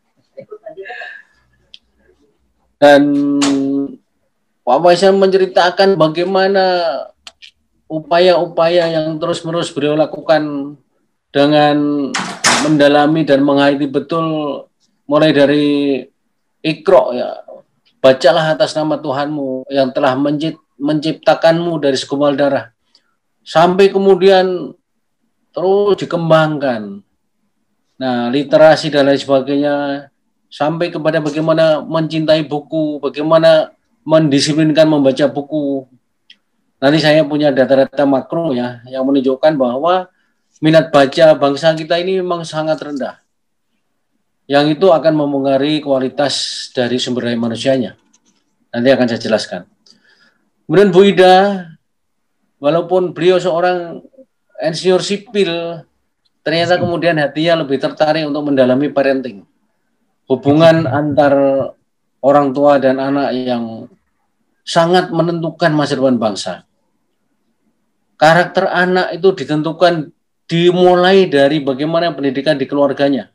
Dan Pak Faisal menceritakan bagaimana upaya-upaya yang terus-menerus beliau lakukan dengan mendalami dan menghayati betul mulai dari Iqra ya. Bacalah atas nama Tuhanmu yang telah menciptakanmu dari segumpal darah, sampai kemudian terus dikembangkan. Nah, literasi dan lain sebagainya, sampai kepada bagaimana mencintai buku, bagaimana mendisiplinkan membaca buku. Nanti saya punya data-data makro ya, yang menunjukkan bahwa minat baca bangsa kita ini memang sangat rendah. Yang itu akan memengaruhi kualitas dari sumber daya manusianya. Nanti akan saya jelaskan. Kemudian Bu Ida, walaupun beliau seorang insinyur sipil, ternyata kemudian hatinya lebih tertarik untuk mendalami parenting. Hubungan antar orang tua dan anak yang sangat menentukan masa depan bangsa. Karakter anak itu ditentukan dimulai dari bagaimana pendidikan di keluarganya.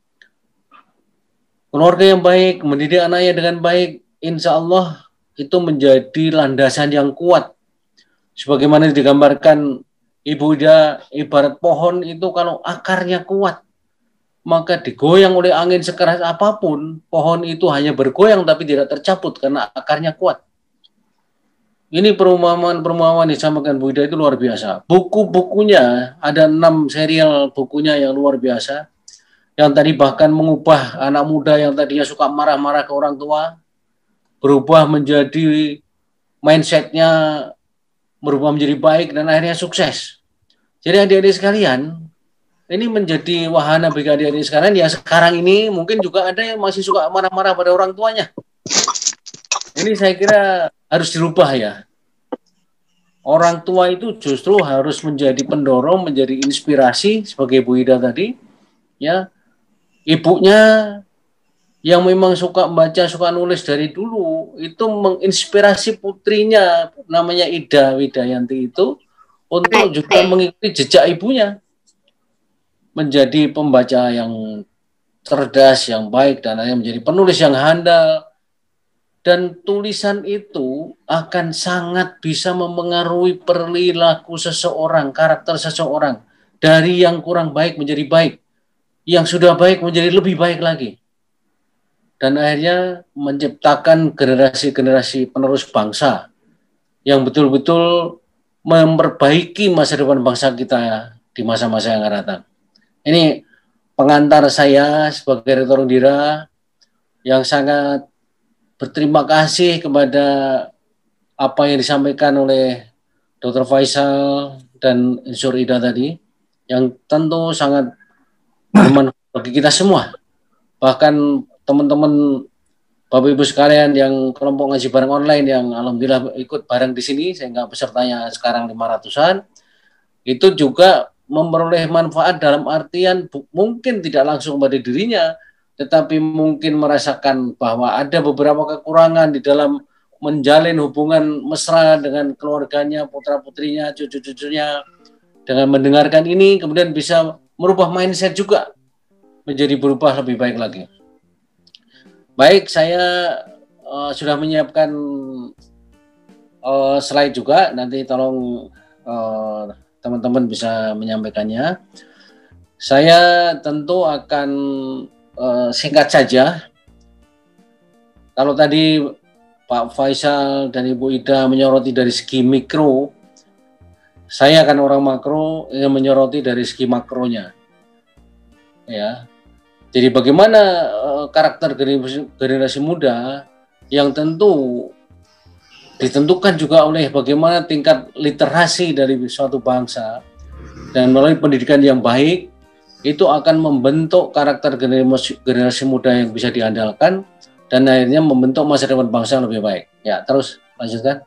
Keluarga yang baik, mendidik anaknya dengan baik, insya Allah itu menjadi landasan yang kuat. Sebagaimana digambarkan Ibu Ida, ibarat pohon itu kalau akarnya kuat, maka digoyang oleh angin sekeras apapun, pohon itu hanya bergoyang tapi tidak tercabut karena akarnya kuat. Ini perumpamaan disampaikan Bu Ida itu luar biasa. Buku-bukunya, ada 6 serial bukunya yang luar biasa, yang tadi bahkan mengubah anak muda yang tadinya suka marah-marah ke orang tua, berubah menjadi mindsetnya, berubah menjadi baik dan akhirnya sukses. Jadi adik-adik sekalian, ini menjadi wahana bagi adik-adik sekalian yang sekarang ini mungkin juga ada yang masih suka marah-marah pada orang tuanya. Ini saya kira harus dirubah ya. Orang tua itu justru harus menjadi pendorong, menjadi inspirasi sebagai Bu Ida tadi, ya. Ibunya yang memang suka membaca, suka nulis dari dulu, itu menginspirasi putrinya, namanya Ida Widayanti itu, untuk juga mengikuti jejak ibunya. Menjadi pembaca yang cerdas, yang baik, dan akhirnya menjadi penulis yang handal. Dan tulisan itu akan sangat bisa memengaruhi perilaku seseorang, karakter seseorang. Dari yang kurang baik menjadi baik. yang sudah baik menjadi lebih baik lagi. Dan akhirnya menciptakan generasi-generasi penerus bangsa yang betul-betul memperbaiki masa depan bangsa kita di masa-masa yang akan datang. Ini pengantar saya sebagai Rektor Undira yang sangat berterima kasih kepada apa yang disampaikan oleh Dr. Faisal dan Insur Ida tadi, yang tentu sangat bermanfaat bagi kita semua. Bahkan teman-teman Bapak Ibu sekalian yang kelompok ngaji bareng online yang alhamdulillah ikut bareng di sini, sehingga pesertanya sekarang 500-an, itu juga memperoleh manfaat dalam artian mungkin tidak langsung pada dirinya, tetapi mungkin merasakan bahwa ada beberapa kekurangan di dalam menjalin hubungan mesra dengan keluarganya, putra-putrinya, cucu-cucunya. Dengan mendengarkan ini kemudian bisa merubah mindset juga menjadi berubah lebih baik lagi. Baik, saya sudah menyiapkan slide juga, nanti tolong teman-teman bisa menyampaikannya. Saya tentu akan singkat saja. Kalau tadi Pak Faisal dan Ibu Ida menyoroti dari segi mikro, saya akan orang makro yang menyoroti dari segi makronya. Ya. Jadi bagaimana karakter generasi muda yang tentu ditentukan juga oleh bagaimana tingkat literasi dari suatu bangsa, dan melalui pendidikan yang baik itu akan membentuk karakter generasi muda yang bisa diandalkan dan akhirnya membentuk masa depan bangsa yang lebih baik. Ya, terus lanjutkan.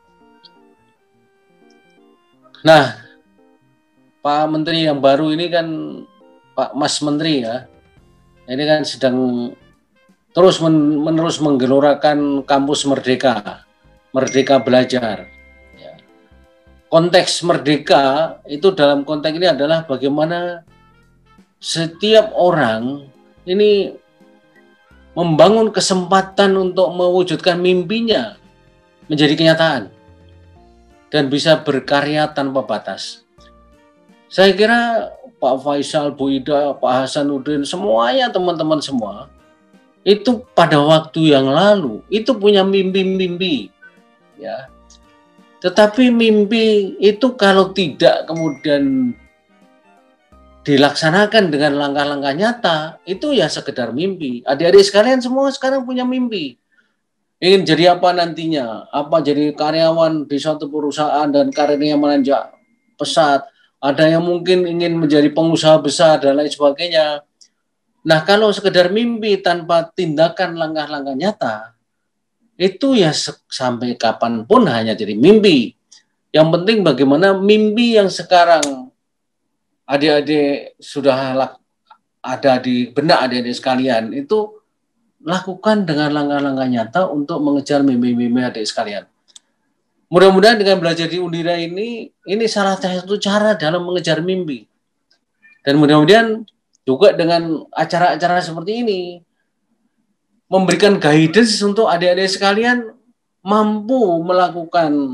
Nah, Pak Menteri yang baru ini kan Pak Mas Menteri ya, ini kan sedang terus-menerus menggelorakan kampus Merdeka, Merdeka Belajar. Ya. Konteks Merdeka itu dalam konteks ini adalah bagaimana setiap orang ini membangun kesempatan untuk mewujudkan mimpinya menjadi kenyataan dan bisa berkarya tanpa batas. Saya kira Pak Faisal, Bu Ida, Pak Hasanuddin, semuanya teman-teman semua itu pada waktu yang lalu itu punya mimpi-mimpi, ya. Tetapi mimpi itu kalau tidak kemudian dilaksanakan dengan langkah-langkah nyata, itu ya sekedar mimpi. Adik-adik sekalian semua sekarang punya mimpi. Ingin jadi apa nantinya? Apa jadi karyawan di suatu perusahaan dan karirnya menanjak pesat. Ada yang mungkin ingin menjadi pengusaha besar dan lain sebagainya. Nah, kalau sekedar mimpi tanpa tindakan langkah-langkah nyata, itu ya sampai kapanpun hanya jadi mimpi. Yang penting bagaimana mimpi yang sekarang adik-adik sudah ada di benak adik-adik sekalian itu lakukan dengan langkah-langkah nyata untuk mengejar mimpi-mimpi adik sekalian. Mudah-mudahan dengan belajar di Undira ini salah satu cara dalam mengejar mimpi. Dan mudah-mudahan juga dengan acara-acara seperti ini memberikan guidance untuk adik-adik sekalian mampu melakukan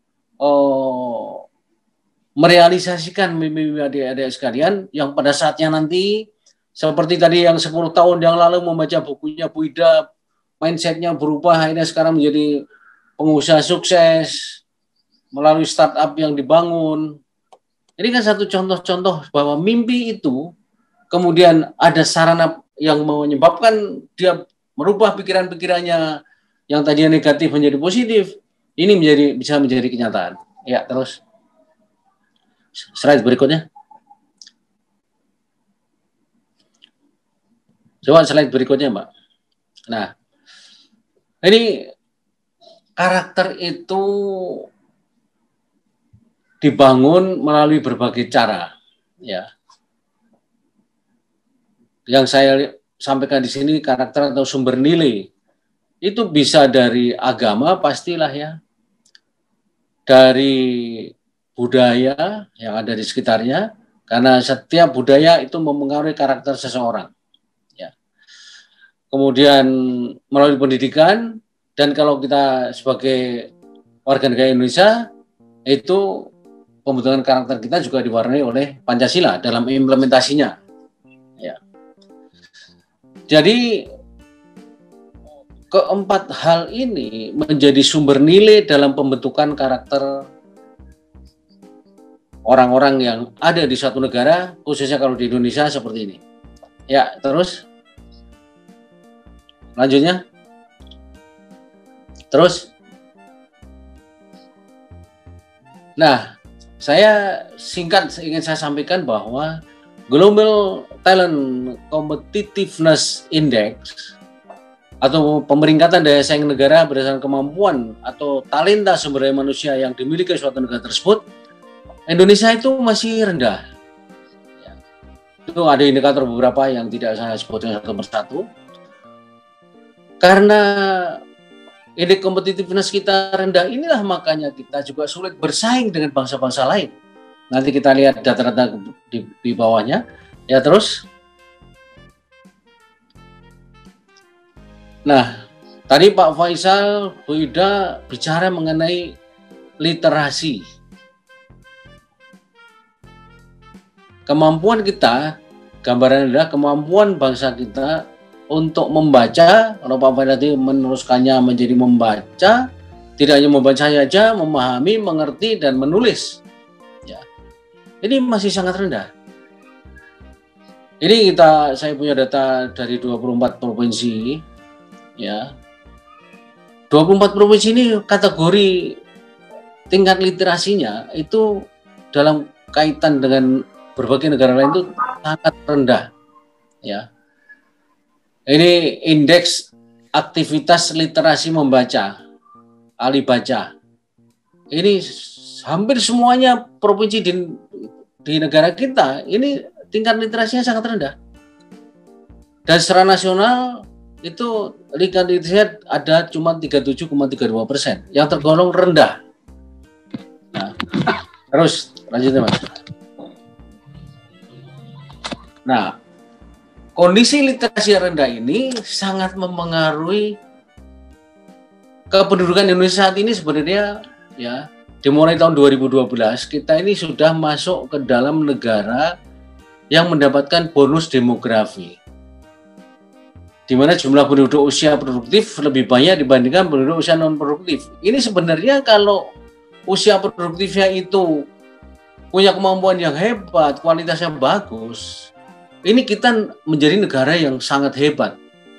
merealisasikan mimpi adik-adik sekalian yang pada saatnya nanti seperti tadi yang 10 tahun yang lalu membaca bukunya Bu Ida, mindsetnya berubah, akhirnya sekarang menjadi pengusaha sukses melalui startup yang dibangun. Ini kan satu contoh-contoh bahwa mimpi itu kemudian ada sarana yang menyebabkan dia merubah pikiran-pikirannya yang tadinya negatif menjadi positif. Ini bisa menjadi kenyataan. Ya, terus. Slide berikutnya. Coba slide berikutnya, Mbak. Nah, ini karakter itu dibangun melalui berbagai cara, ya. Yang saya sampaikan di sini karakter atau sumber nilai itu bisa dari agama pastilah ya, dari budaya yang ada di sekitarnya, karena setiap budaya itu mempengaruhi karakter seseorang. Ya. Kemudian melalui pendidikan, dan kalau kita sebagai warga negara Indonesia, itu pembentukan karakter kita juga diwarnai oleh Pancasila dalam implementasinya. Ya. Jadi keempat hal ini menjadi sumber nilai dalam pembentukan karakter orang-orang yang ada di suatu negara, khususnya kalau di Indonesia seperti ini. Ya, terus lanjutnya. Terus. Nah, saya singkat ingin saya sampaikan bahwa Global Talent Competitiveness Index atau pemeringkatan daya saing negara berdasarkan kemampuan atau talenta sumber daya manusia yang dimiliki suatu negara tersebut, Indonesia itu masih rendah. Ya. Itu ada indikator beberapa yang tidak saya sebutkan satu persatu. Karena indeks kompetitiveness kita rendah inilah makanya kita juga sulit bersaing dengan bangsa-bangsa lain. Nanti kita lihat data-data di bawahnya. Ya, terus. Nah, tadi Pak Faisal, Bu Ida bicara mengenai literasi. Kemampuan kita, gambaran adalah kemampuan bangsa kita untuk membaca. Kalau Pak Faisal tadi meneruskannya menjadi membaca, tidak hanya membaca saja, memahami, mengerti, dan menulis. Ya. Ini masih sangat rendah. Ini saya punya data dari 24 provinsi. Ya, 24 provinsi ini kategori tingkat literasinya itu dalam kaitan dengan berbagai negara lain itu sangat rendah. Ya, ini indeks aktivitas literasi membaca, ahli baca. Ini hampir semuanya provinsi di negara kita ini tingkat literasinya sangat rendah. Dan secara nasional itu tingkat literasi ada cuma 37,32%, yang tergolong rendah. Nah, terus lanjutnya Mas. Nah, kondisi literasi rendah ini sangat mempengaruhi kependudukan Indonesia saat ini sebenarnya. Ya, dimulai tahun 2012 kita ini sudah masuk ke dalam negara yang mendapatkan bonus demografi, di mana jumlah penduduk usia produktif lebih banyak dibandingkan penduduk usia non produktif. Ini sebenarnya kalau usia produktifnya itu punya kemampuan yang hebat, kualitasnya bagus, ini kita menjadi negara yang sangat hebat.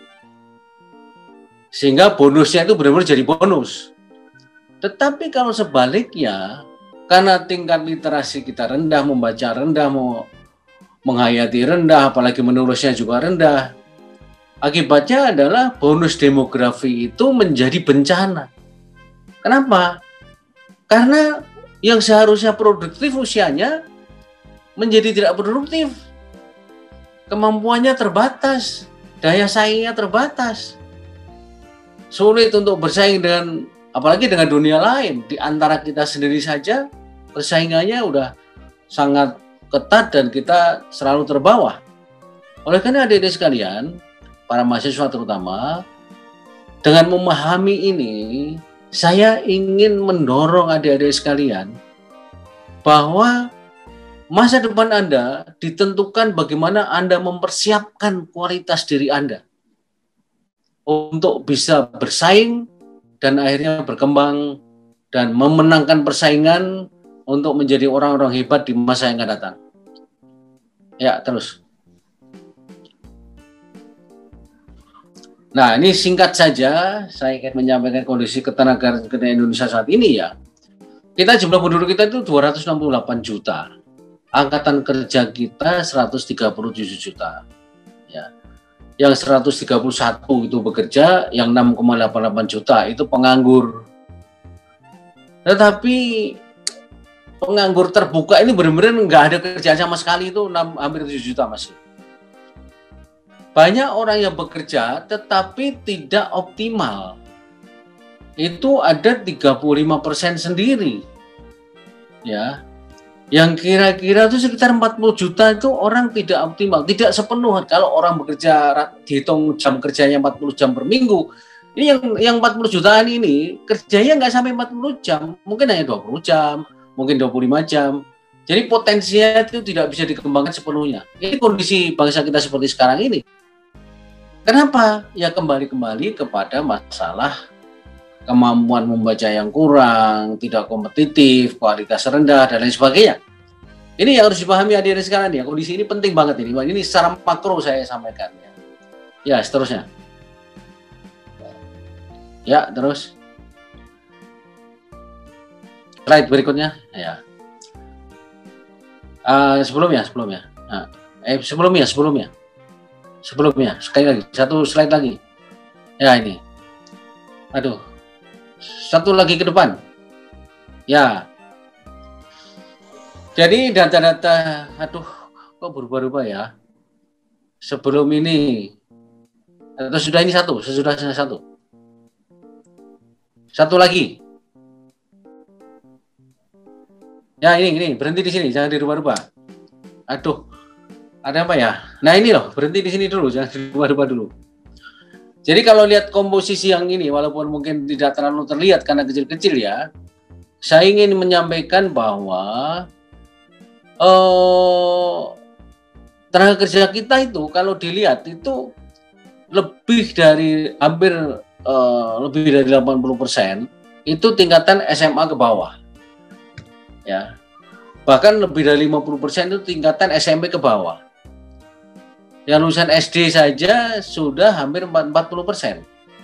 Sehingga bonusnya itu benar-benar jadi bonus. Tetapi kalau sebaliknya, karena tingkat literasi kita rendah, membaca rendah, menghayati rendah, apalagi menulisnya juga rendah, akibatnya adalah bonus demografi itu menjadi bencana. Kenapa? Karena yang seharusnya produktif usianya menjadi tidak produktif. Kemampuannya terbatas, daya saingnya terbatas. Sulit untuk bersaing dengan, apalagi dengan dunia lain. Di antara kita sendiri saja, persaingannya udah sangat ketat dan kita selalu terbawah. Oleh karena adik-adik sekalian, para mahasiswa terutama, dengan memahami ini, saya ingin mendorong adik-adik sekalian bahwa masa depan Anda ditentukan bagaimana Anda mempersiapkan kualitas diri Anda untuk bisa bersaing dan akhirnya berkembang dan memenangkan persaingan untuk menjadi orang-orang hebat di masa yang akan datang. Ya, terus. Nah, ini singkat saja saya ingin menyampaikan kondisi ketenagaan kerja Indonesia saat ini ya. Kita jumlah penduduk kita itu 268 juta. Angkatan kerja kita 137 juta. Ya. Yang 131 itu bekerja, yang 6,88 juta itu penganggur. Tetapi penganggur terbuka ini benar-benar nggak ada kerjaan sama sekali, itu hampir 7 juta masih. Banyak orang yang bekerja tetapi tidak optimal. Itu ada 35% sendiri. Ya. Yang kira-kira itu sekitar 40 juta itu orang tidak optimal, tidak sepenuh. Kalau orang bekerja dihitung jam kerjanya 40 jam per minggu, ini yang 40 jutaan ini kerjanya nggak sampai 40 jam, mungkin hanya 20 jam, mungkin 25 jam. Jadi potensinya itu tidak bisa dikembangkan sepenuhnya. Ini kondisi bangsa kita seperti sekarang ini. Kenapa? Ya kembali kepada masalah kemampuan membaca yang kurang, tidak kompetitif, kualitas rendah, dan lain sebagainya. Ini yang harus dipahami adik-adik sekalian ya. Kondisi ini penting banget ini. Ini secara makro saya sampaikan ya. Ya, seterusnya. Ya, terus. Slide berikutnya. Ya. Sebelumnya. Sebelumnya. Sekali lagi. Satu slide lagi. Ya, ini. Aduh. Satu lagi ke depan. Ya. Jadi data-data, aduh, kok berubah-ubah ya. Sebelum ini, atau sudah ini satu, sesudahnya satu. Satu lagi. Ya ini, berhenti di sini, jangan dirubah-rubah. Aduh, ada apa ya? Nah ini loh, berhenti di sini dulu, jangan dirubah-rubah dulu. Jadi kalau lihat komposisi yang ini, walaupun mungkin tidak terlalu terlihat karena kecil-kecil ya, saya ingin menyampaikan bahwa tenaga kerja kita itu kalau dilihat itu lebih dari hampir lebih dari 80% itu tingkatan SMA ke bawah. Ya. Bahkan lebih dari 50% itu tingkatan SMP ke bawah. Yang lulusan SD saja sudah hampir 40%.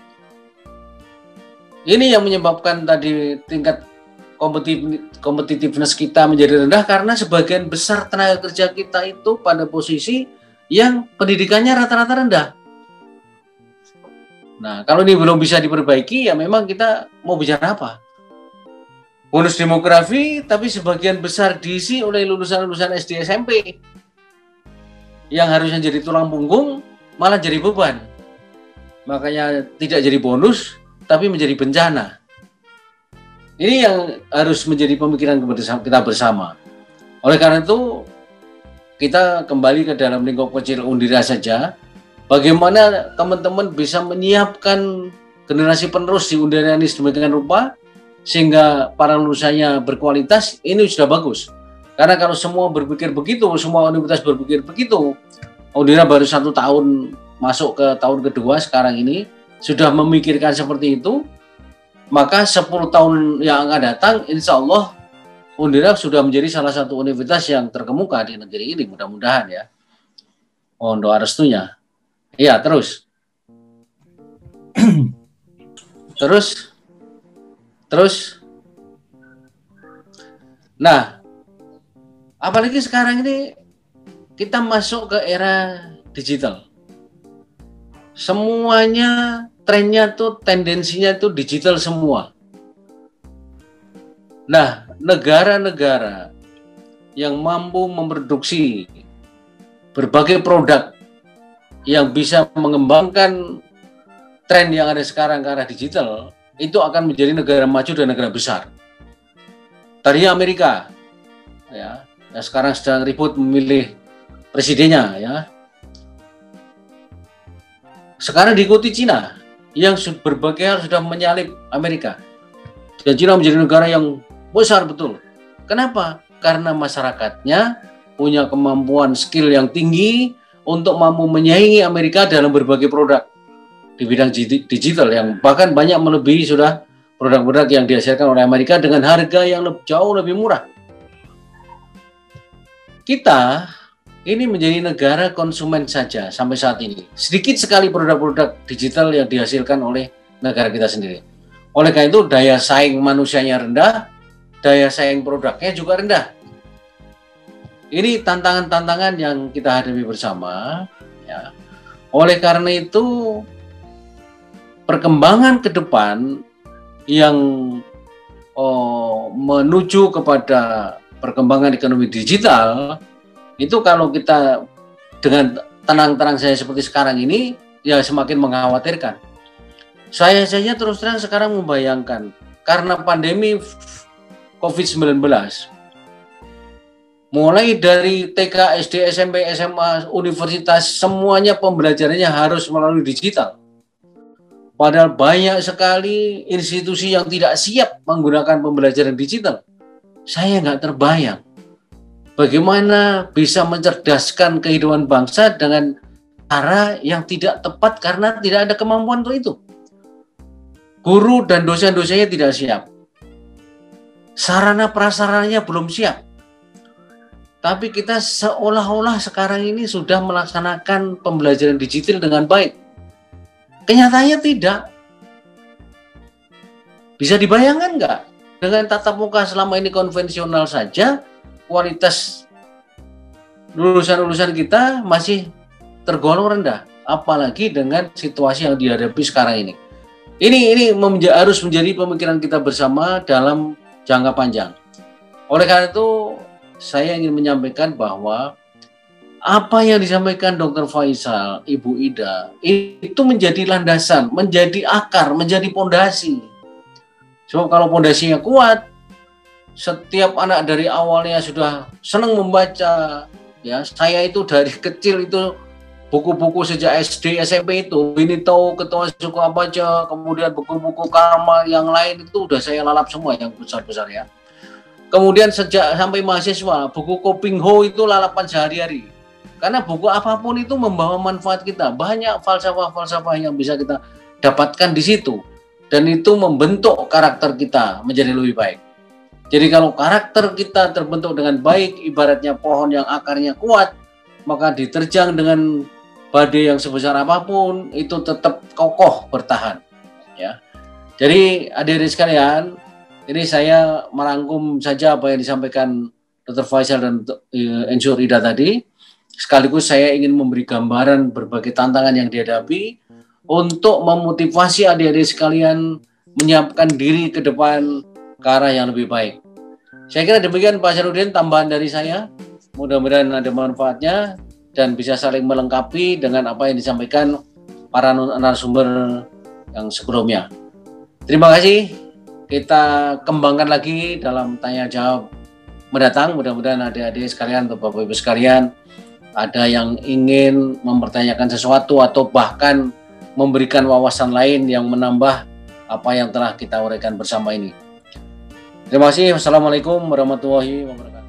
Ini yang menyebabkan tadi tingkat competitiveness kita menjadi rendah karena sebagian besar tenaga kerja kita itu pada posisi yang pendidikannya rata-rata rendah. Nah, kalau ini belum bisa diperbaiki, ya memang kita mau bicara apa? Bonus demografi, tapi sebagian besar diisi oleh lulusan-lulusan SD SMP. Yang harusnya jadi tulang punggung, malah jadi beban. Makanya tidak jadi bonus, tapi menjadi bencana. Ini yang harus menjadi pemikiran kita bersama. Oleh karena itu, kita kembali ke dalam lingkup kecil Undira saja. Bagaimana teman-teman bisa menyiapkan generasi penerus di Undira ini sedemikian rupa, sehingga para lulusannya berkualitas, ini sudah bagus. Karena kalau semua berpikir begitu, semua universitas berpikir begitu, Undira baru 1 tahun masuk ke tahun kedua sekarang ini, sudah memikirkan seperti itu, maka 10 tahun yang akan datang, insya Allah Undira sudah menjadi salah satu universitas yang terkemuka di negeri ini, mudah-mudahan ya. Mohon doa restunya. Iya, terus. Terus. Nah, apalagi sekarang ini kita masuk ke era digital. Semuanya trennya tuh tendensinya tuh digital semua. Nah, negara-negara yang mampu memproduksi berbagai produk yang bisa mengembangkan tren yang ada sekarang ke arah digital, itu akan menjadi negara maju dan negara besar. Tadinya Amerika, ya sekarang sedang ribut memilih presidennya, ya. Sekarang diikuti Cina, yang berbagai hal sudah menyalip Amerika. Dan Cina menjadi negara yang besar betul. Kenapa? Karena masyarakatnya punya kemampuan skill yang tinggi untuk mampu menyaingi Amerika dalam berbagai produk di bidang digital yang bahkan banyak melebihi sudah produk-produk yang dihasilkan oleh Amerika dengan harga yang jauh lebih murah. Kita ini menjadi negara konsumen saja sampai saat ini. Sedikit sekali produk-produk digital yang dihasilkan oleh negara kita sendiri. Oleh karena itu daya saing manusianya rendah, daya saing produknya juga rendah. Ini tantangan-tantangan yang kita hadapi bersama. Ya. Oleh karena itu, perkembangan ke depan yang menuju kepada perkembangan ekonomi digital, itu kalau kita dengan tenang-tenang saya seperti sekarang ini, ya semakin mengkhawatirkan. Saya saja terus terang sekarang membayangkan, karena pandemi COVID-19, mulai dari TK, SD, SMP, SMA, universitas, semuanya pembelajarannya harus melalui digital. Padahal banyak sekali institusi yang tidak siap menggunakan pembelajaran digital. Saya nggak terbayang bagaimana bisa mencerdaskan kehidupan bangsa dengan cara yang tidak tepat karena tidak ada kemampuan untuk itu. Guru dan dosen-dosennya tidak siap. Sarana prasarananya belum siap. Tapi kita seolah-olah sekarang ini sudah melaksanakan pembelajaran digital dengan baik. Kenyataannya tidak. Bisa dibayangkan nggak? Dengan tatap muka selama ini konvensional saja, kualitas lulusan-lulusan kita masih tergolong rendah. Apalagi dengan situasi yang dihadapi sekarang ini. Ini harus menjadi pemikiran kita bersama dalam jangka panjang. Oleh karena itu, saya ingin menyampaikan bahwa apa yang disampaikan Dr. Faisal, Ibu Ida, itu menjadi landasan, menjadi akar, menjadi pondasi. So, kalau pondasinya kuat, setiap anak dari awalnya sudah senang membaca, ya. Saya itu dari kecil itu buku-buku sejak SD, SMP itu, Winito, Ketua Suku Abaca, kemudian buku-buku Kamal yang lain itu udah saya lalap semua yang besar-besar ya. Kemudian sejak sampai mahasiswa, buku Kopingho itu lalapan sehari-hari. Karena buku apapun itu membawa manfaat kita. Banyak falsafah-falsafah yang bisa kita dapatkan di situ. Dan itu membentuk karakter kita menjadi lebih baik. Jadi kalau karakter kita terbentuk dengan baik, ibaratnya pohon yang akarnya kuat, maka diterjang dengan badai yang sebesar apapun, itu tetap kokoh bertahan. Ya. Jadi adik-adik sekalian, ini saya merangkum saja apa yang disampaikan Dr. Faisal dan Ensur Ida tadi. Sekaligus saya ingin memberi gambaran berbagai tantangan yang dihadapi untuk memotivasi adik-adik sekalian menyiapkan diri ke depan ke arah yang lebih baik. Saya kira demikian Pak Syarudin, tambahan dari saya. Mudah-mudahan ada manfaatnya dan bisa saling melengkapi dengan apa yang disampaikan para narasumber yang sebelumnya. Terima kasih. Kita kembangkan lagi dalam tanya jawab mendatang. Mudah-mudahan adik-adik sekalian atau Bapak Ibu sekalian ada yang ingin mempertanyakan sesuatu atau bahkan memberikan wawasan lain yang menambah apa yang telah kita uraikan bersama ini. Terima kasih. Wassalamualaikum warahmatullahi wabarakatuh.